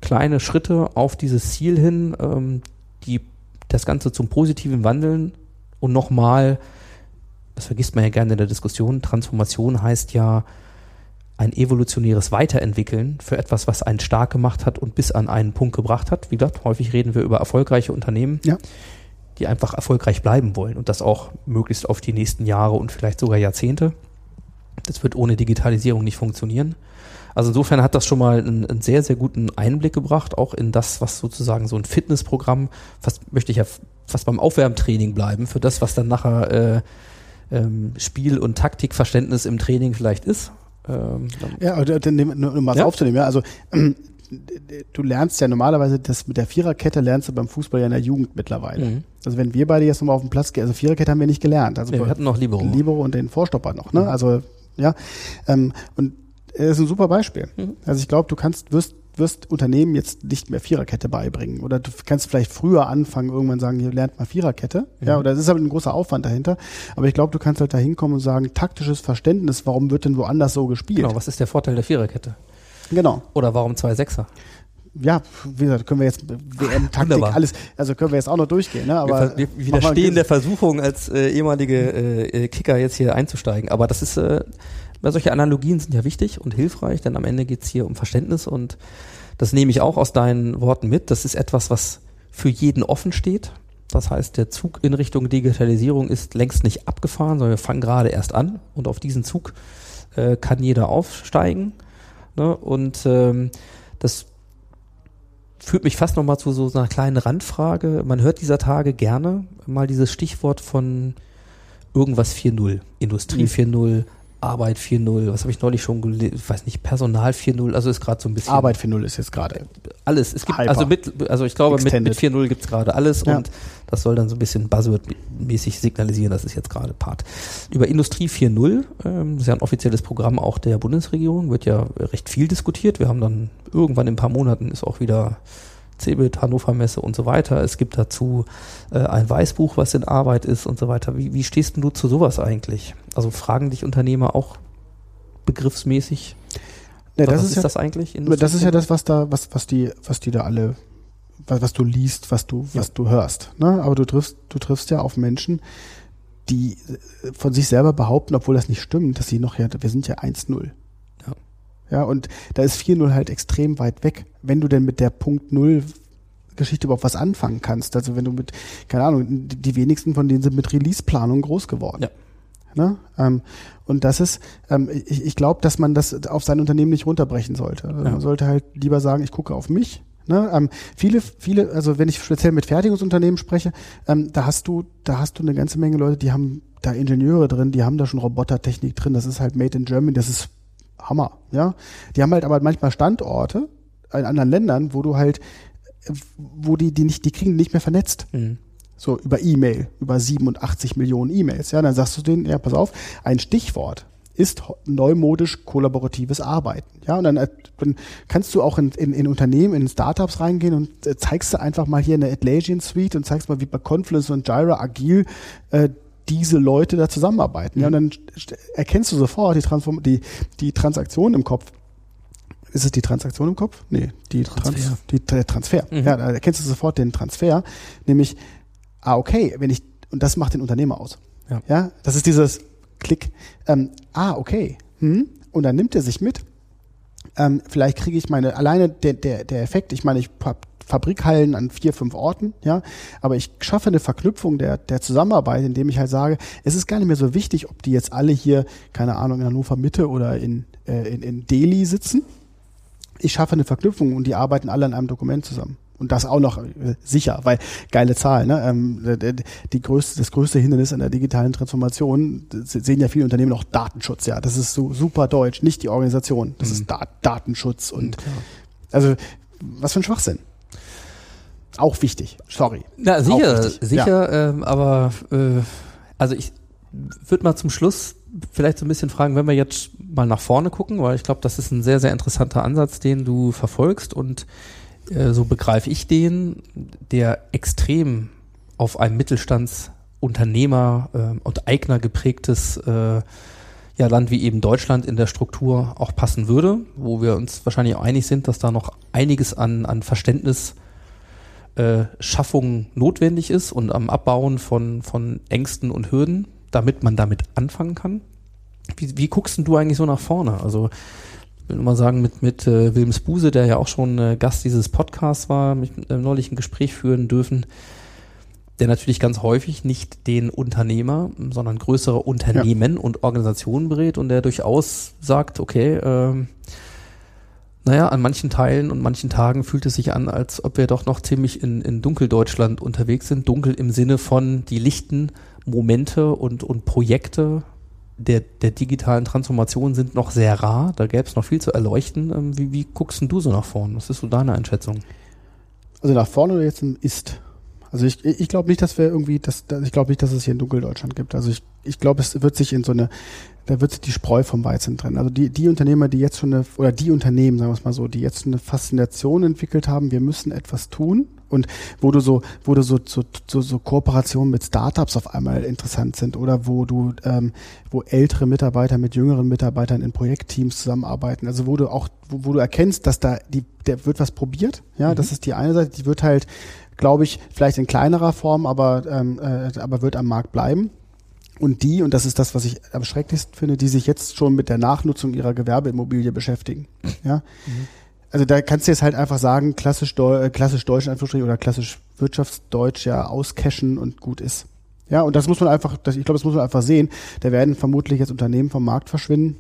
kleine Schritte auf dieses Ziel hin, ähm, die das Ganze zum Positiven wandeln und nochmal, das vergisst man ja gerne in der Diskussion, Transformation heißt ja ein evolutionäres Weiterentwickeln für etwas, was einen stark gemacht hat und bis an einen Punkt gebracht hat. Wie gesagt, häufig reden wir über erfolgreiche Unternehmen, Ja. die einfach erfolgreich bleiben wollen und das auch möglichst auf die nächsten Jahre und vielleicht sogar Jahrzehnte. Das wird ohne Digitalisierung nicht funktionieren. Also insofern hat das schon mal einen, einen sehr, sehr guten Einblick gebracht, auch in das, was sozusagen so ein Fitnessprogramm, fast möchte ich ja fast beim Aufwärmtraining bleiben, für das, was dann nachher äh, ähm, Spiel- und Taktikverständnis im Training vielleicht ist. Ähm, Ja, oder dann nehm- nur um was Ja. aufzunehmen, ja, also ähm, du lernst ja normalerweise das mit der Viererkette lernst du beim Fußball ja in der Jugend mittlerweile. Mhm. Also wenn wir beide jetzt nochmal auf den Platz gehen, also Viererkette haben wir nicht gelernt. Also Nee, wir hatten noch Libero. Libero und den Vorstopper noch, ne? Mhm. Also ja, ähm, und das ist ein super Beispiel. Mhm. Also ich glaube, du kannst wirst wirst Unternehmen jetzt nicht mehr Viererkette beibringen oder du kannst vielleicht früher anfangen, irgendwann sagen, ihr lernt mal Viererkette, Mhm. ja, oder es ist aber ein großer Aufwand dahinter, aber ich glaube, du kannst halt da hinkommen und sagen, taktisches Verständnis, warum wird denn woanders so gespielt? Genau, was ist der Vorteil der Viererkette? Genau. Oder warum zwei Sechser? Ja, wie gesagt, können wir jetzt W M-Taktik, Wunderbar. alles, also können wir jetzt auch noch durchgehen, ne? Aber wir, wir widerstehen der Versuchung, als äh, ehemalige äh, Kicker jetzt hier einzusteigen. Aber das ist, äh, solche Analogien sind ja wichtig und hilfreich, denn am Ende geht's hier um Verständnis und das nehme ich auch aus deinen Worten mit. Das ist etwas, was für jeden offen steht. Das heißt, der Zug in Richtung Digitalisierung ist längst nicht abgefahren, sondern wir fangen gerade erst an und auf diesen Zug äh, kann jeder aufsteigen. Ne? Und ähm, das führt mich fast nochmal zu so einer kleinen Randfrage. Man hört dieser Tage gerne mal dieses Stichwort von irgendwas vier null, Industrie Mhm. vier null, Arbeit vier null, was habe ich neulich schon gelesen, ich weiß nicht, Personal vier null, also ist gerade so ein bisschen Arbeit vier null ist jetzt gerade. alles. Es gibt Hyper. also mit, also ich glaube mit, Extended. mit vier null gibt's gerade alles Ja. und das soll dann so ein bisschen Buzzword-mäßig signalisieren, das ist jetzt gerade Part. Über Industrie vier null, ähm, das ist ja ein offizielles Programm auch der Bundesregierung, wird ja recht viel diskutiert. Wir haben dann irgendwann in ein paar Monaten ist auch wieder CeBIT, Hannover Messe und so weiter. Es gibt dazu äh, ein Weißbuch, was in Arbeit ist und so weiter. Wie, wie stehst denn du zu sowas eigentlich? Also fragen dich Unternehmer auch begriffsmäßig? Ja, was das ist, ist ja, das eigentlich? das ist ja das, was da, was, was die, was die da alle, was, was du liest, was du, was du hörst. Ne? Aber du triffst, du triffst ja auf Menschen, die äh, von sich selber behaupten, obwohl das nicht stimmt, dass sie noch ja, wir sind ja eins null. Ja. Ja, und da ist vier null halt extrem weit weg. Wenn du denn mit der Punkt null Geschichte überhaupt was anfangen kannst. Also wenn du mit, keine Ahnung, die, die wenigsten von denen sind mit Release-Planung groß geworden. Ja. Ne? Ähm, und das ist, ähm, ich, ich glaube, dass man das auf sein Unternehmen nicht runterbrechen sollte. Also Ja. Man sollte halt lieber sagen, ich gucke auf mich. Ne? Ähm, viele, viele, also wenn ich speziell mit Fertigungsunternehmen spreche, ähm, da hast du, da hast du eine ganze Menge Leute, die haben da Ingenieure drin, die haben da schon Robotertechnik drin. Das ist halt made in Germany, das ist Hammer. Ja, die haben halt aber manchmal Standorte in anderen Ländern, wo du halt, wo die, die nicht, die kriegen nicht mehr vernetzt. Mhm. So über E-Mail, über siebenundachtzig Millionen E-Mails. Ja, dann sagst du denen, ja, pass auf, ein Stichwort ist neumodisch kollaboratives Arbeiten. Ja, und dann, äh, dann kannst du auch in, in, in Unternehmen, in Startups reingehen und äh, zeigst du einfach mal hier eine Atlassian Suite und zeigst mal, wie bei Confluence und Jira agil äh, diese Leute da zusammenarbeiten. Ja, und dann st- erkennst du sofort die, Transform die, die Transaktion im Kopf. Ist es die Transaktion im Kopf? Nee, die Transfer. Trans die, der Transfer. Mhm. Ja, da erkennst du sofort den Transfer, nämlich ah, okay, wenn ich, und das macht den Unternehmer aus. Ja. Ja, das ist dieses Klick, ähm, ah, okay, hm? Und dann nimmt er sich mit, ähm, vielleicht kriege ich meine, alleine der, der, der Effekt, ich meine, ich habe Fabrikhallen an vier, fünf Orten, ja, aber ich schaffe eine Verknüpfung der, der Zusammenarbeit, indem ich halt sage, es ist gar nicht mehr so wichtig, ob die jetzt alle hier, keine Ahnung, in Hannover Mitte oder in, äh, in, in Delhi sitzen. Ich schaffe eine Verknüpfung und die arbeiten alle an einem Dokument zusammen. Und das auch noch äh, sicher, weil geile Zahl, ne? Ähm, die, die größte, das größte Hindernis an der digitalen Transformation, das sehen ja viele Unternehmen auch Datenschutz, ja. Das ist so super deutsch, nicht die Organisation. Das Mhm. ist Da- Datenschutz und Klar. also was für ein Schwachsinn. Auch wichtig, sorry. Na, sicher, Auch wichtig, sicher, ähm, aber äh, also ich würde mal zum Schluss vielleicht so ein bisschen fragen, wenn wir jetzt mal nach vorne gucken, weil ich glaube, das ist ein sehr, sehr interessanter Ansatz, den du verfolgst und äh, so begreife ich den, der extrem auf ein Mittelstandsunternehmer äh, und Eigner geprägtes äh, ja, Land wie eben Deutschland in der Struktur auch passen würde, wo wir uns wahrscheinlich auch einig sind, dass da noch einiges an, an Verständnis äh, Schaffung notwendig ist und am Abbauen von, von Ängsten und Hürden, damit man damit anfangen kann. Wie, wie guckst denn du eigentlich so nach vorne? Also ich will nur mal sagen, mit, mit äh, Wilms Buse, der ja auch schon äh, Gast dieses Podcasts war, mit äh, neulich ein Gespräch führen dürfen, der natürlich ganz häufig nicht den Unternehmer, sondern größere Unternehmen ja. und Organisationen berät und der durchaus sagt, okay, ähm, naja, an manchen Teilen und manchen Tagen fühlt es sich an, als ob wir doch noch ziemlich in, in Dunkeldeutschland unterwegs sind. Dunkel im Sinne von die lichten Momente und, und Projekte der, der digitalen Transformation sind noch sehr rar. Da gäbe es noch viel zu erleuchten. Ähm, wie, wie guckst denn du so nach vorne? Was ist so deine Einschätzung? Also nach vorne oder jetzt im Ist? Also ich, ich glaube nicht, dass wir irgendwie, das, ich glaube nicht, dass es hier in Dunkeldeutschland gibt. Also ich, ich glaube, es wird sich in so eine, da wird sich die Spreu vom Weizen trennen. Also die, die Unternehmer, die jetzt schon eine, oder die Unternehmen, sagen wir es mal so, die jetzt eine Faszination entwickelt haben, wir müssen etwas tun. Und wo du so, wo du so, so, so, so Kooperationen mit Startups auf einmal interessant sind oder wo du, ähm, wo ältere Mitarbeiter mit jüngeren Mitarbeitern in Projektteams zusammenarbeiten. Also wo du auch, wo, wo du erkennst, dass da die, der wird was probiert. Ja, mhm. Das ist die eine Seite. Die wird halt, glaube ich, vielleicht in kleinerer Form, aber, ähm, äh, aber wird am Markt bleiben. Und die, und das ist das, was ich am schrecklichsten finde, die sich jetzt schon mit der Nachnutzung ihrer Gewerbeimmobilie beschäftigen. Ja. Mhm. Also da kannst du jetzt halt einfach sagen, klassisch, Deu- klassisch Deutsch in Anführungsstrichen oder klassisch Wirtschaftsdeutsch ja auscashen und gut ist. Ja, und das muss man einfach, das, ich glaube, das muss man einfach sehen. Da werden vermutlich jetzt Unternehmen vom Markt verschwinden,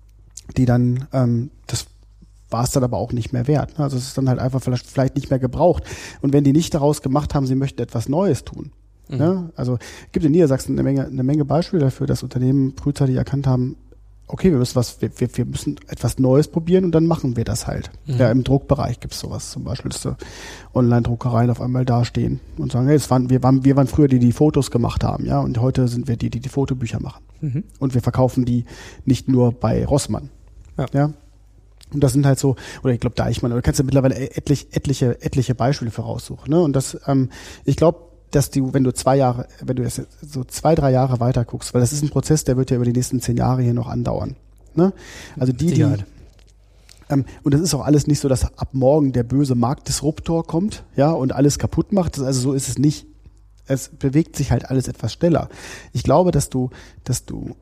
die dann, ähm, das war es dann aber auch nicht mehr wert. Also es ist dann halt einfach vielleicht, vielleicht nicht mehr gebraucht. Und wenn die nicht daraus gemacht haben, sie möchten etwas Neues tun. Mhm. Ja, also es gibt in Niedersachsen eine Menge, eine Menge Beispiele dafür, dass Unternehmen frühzeitig erkannt haben, okay, wir müssen was, wir, wir, wir müssen etwas Neues probieren und dann machen wir das halt. Mhm. Ja, im Druckbereich gibt's sowas zum Beispiel, dass so Online-Druckereien auf einmal dastehen und sagen, hey, es waren, wir waren, wir waren früher die, die Fotos gemacht haben, ja, und heute sind wir die, die die Fotobücher machen. Mhm. Und wir verkaufen die nicht nur bei Rossmann. Ja. ja? Und das sind halt so, oder ich glaube Deichmann, oder kannst du mittlerweile etlich, etliche, etliche Beispiele für raussuchen, ne? Und das, ähm, ich glaube, dass du, wenn du zwei Jahre, wenn du jetzt so zwei, drei Jahre weiter guckst, weil das ist ein Prozess, der wird ja über die nächsten zehn Jahre hier noch andauern. Ne? Also die, die ähm, und das ist auch alles nicht so, dass ab morgen der böse Marktdisruptor kommt, ja, und alles kaputt macht. Also so ist es nicht. Es bewegt sich halt alles etwas schneller. Ich glaube, dass du, dass du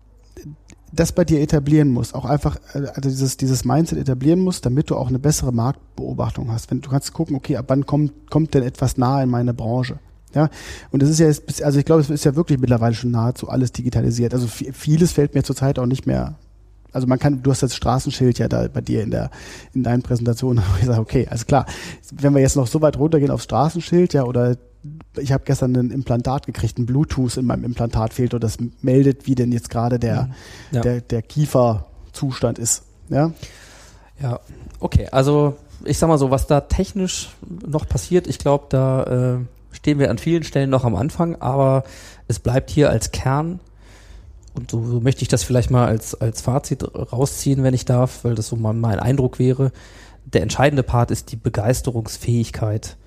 das bei dir etablieren musst, auch einfach, also dieses, dieses Mindset etablieren musst, damit du auch eine bessere Marktbeobachtung hast. Wenn du kannst gucken, okay, ab wann kommt, kommt denn etwas nahe in meine Branche? Ja, und das ist ja, jetzt, also ich glaube, es ist ja wirklich mittlerweile schon nahezu alles digitalisiert. Also vieles fällt mir zurzeit auch nicht mehr. Also man kann, du hast das Straßenschild ja da bei dir in der, in deinen Präsentationen. Ich sage, okay, also klar, wenn wir jetzt noch so weit runtergehen aufs Straßenschild, ja, oder ich habe gestern ein Implantat gekriegt, ein Bluetooth in meinem Implantat fehlt und das meldet, wie denn jetzt gerade der, ja. der, der Kieferzustand ist. Ja, ja, okay, also ich sag mal so, was da technisch noch passiert, ich glaube, da äh, stehen wir an vielen Stellen noch am Anfang, aber es bleibt hier als Kern, und so, so möchte ich das vielleicht mal als, als Fazit rausziehen, wenn ich darf, weil das so mal mein Eindruck wäre, der entscheidende Part ist die Begeisterungsfähigkeit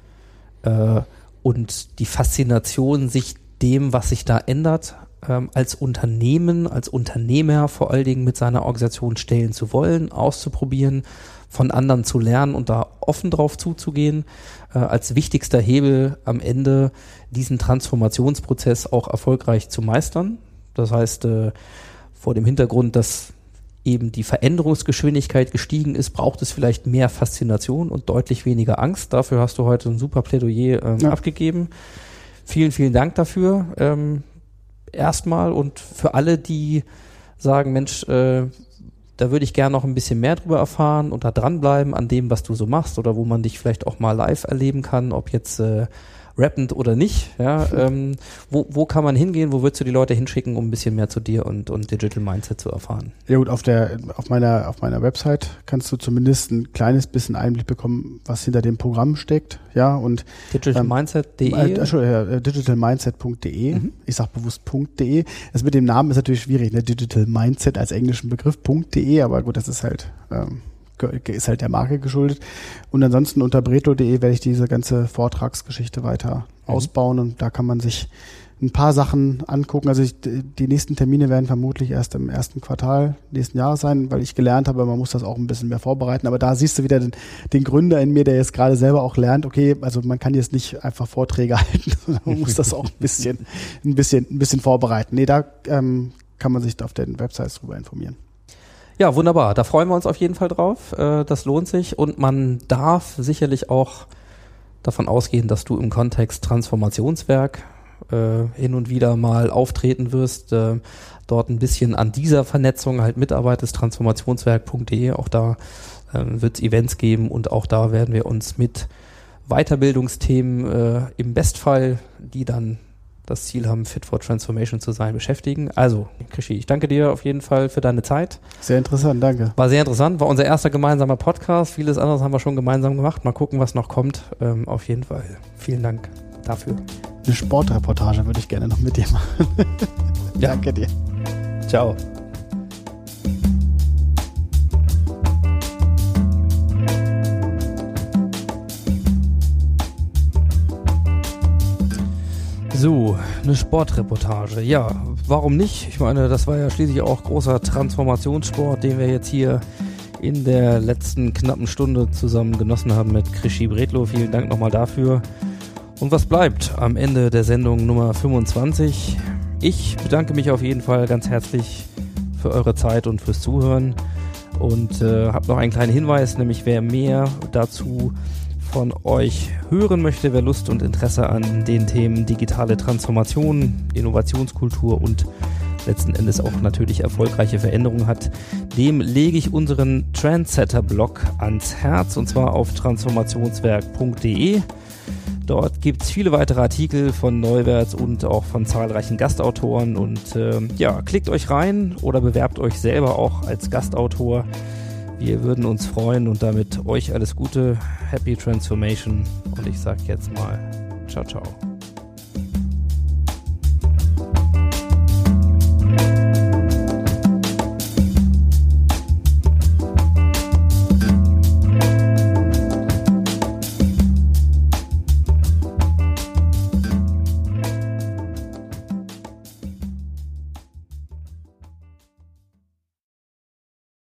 äh, und die Faszination, sich dem, was sich da ändert, ähm, als Unternehmen, als Unternehmer vor allen Dingen mit seiner Organisation stellen zu wollen, auszuprobieren, von anderen zu lernen und da offen drauf zuzugehen, äh, als wichtigster Hebel am Ende diesen Transformationsprozess auch erfolgreich zu meistern. Das heißt, äh, vor dem Hintergrund, dass eben die Veränderungsgeschwindigkeit gestiegen ist, braucht es vielleicht mehr Faszination und deutlich weniger Angst. Dafür hast du heute ein super Plädoyer ähm, ja. abgegeben. Vielen, vielen Dank dafür. Ähm, erstmal und für alle, die sagen, Mensch, äh, da würde ich gerne noch ein bisschen mehr drüber erfahren und da dranbleiben an dem, was du so machst oder wo man dich vielleicht auch mal live erleben kann, ob jetzt äh, rappend oder nicht. Ja, ähm, wo, wo kann man hingehen? Wo würdest du die Leute hinschicken, um ein bisschen mehr zu dir und, und Digital Mindset zu erfahren? Ja gut, auf der auf meiner auf meiner Website kannst du zumindest ein kleines bisschen Einblick bekommen, was hinter dem Programm steckt. Ja, und digital mindset punkt de äh, äh, digital mindset punkt de mhm. Ich sag bewusst .de. Das mit dem Namen ist natürlich schwierig, ne? Digital Mindset als englischen Begriff .de, aber gut, das ist halt ähm, ist halt der Marke geschuldet. Und ansonsten unter bretlo punkt de werde ich diese ganze Vortragsgeschichte weiter mhm. ausbauen und da kann man sich ein paar Sachen angucken. Also ich, die nächsten Termine werden vermutlich erst im ersten Quartal nächsten Jahres sein, weil ich gelernt habe, man muss das auch ein bisschen mehr vorbereiten. Aber da siehst du wieder den, den Gründer in mir, der jetzt gerade selber auch lernt, okay, also man kann jetzt nicht einfach Vorträge halten, sondern man muss das auch ein bisschen, ein bisschen, ein bisschen vorbereiten. Nee, da ähm, kann man sich auf den Websites drüber informieren. Ja, wunderbar. Da freuen wir uns auf jeden Fall drauf. Äh, das lohnt sich und man darf sicherlich auch davon ausgehen, dass du im Kontext Transformationswerk äh, hin und wieder mal auftreten wirst, äh, dort ein bisschen an dieser Vernetzung halt mitarbeitest, transformationswerk punkt de. Auch da äh, wird es Events geben und auch da werden wir uns mit Weiterbildungsthemen äh, im Bestfall, die dann das Ziel haben, Fit for Transformation zu sein, beschäftigen. Also, Krischi, ich danke dir auf jeden Fall für deine Zeit. Sehr interessant, danke. War sehr interessant, war unser erster gemeinsamer Podcast. Vieles anderes haben wir schon gemeinsam gemacht. Mal gucken, was noch kommt. Ähm, auf jeden Fall. Vielen Dank dafür. Eine Sportreportage würde ich gerne noch mit dir machen. Ja. Danke dir. Ciao. So, eine Sportreportage. Ja, warum nicht? Ich meine, das war ja schließlich auch großer Transformationssport, den wir jetzt hier in der letzten knappen Stunde zusammen genossen haben mit Krischi Bretlo. Vielen Dank nochmal dafür. Und was bleibt am Ende der Sendung Nummer fünfundzwanzig? Ich bedanke mich auf jeden Fall ganz herzlich für eure Zeit und fürs Zuhören und äh, habe noch einen kleinen Hinweis, nämlich wer mehr dazu von euch hören möchte, wer Lust und Interesse an den Themen digitale Transformation, Innovationskultur und letzten Endes auch natürlich erfolgreiche Veränderungen hat, dem lege ich unseren Trendsetter-Blog ans Herz und zwar auf transformationswerk punkt de. Dort gibt es viele weitere Artikel von Neuwerts und auch von zahlreichen Gastautoren und äh, ja, klickt euch rein oder bewerbt euch selber auch als Gastautor. Wir würden uns freuen und damit euch alles Gute, Happy Transformation und ich sage jetzt mal ciao, ciao.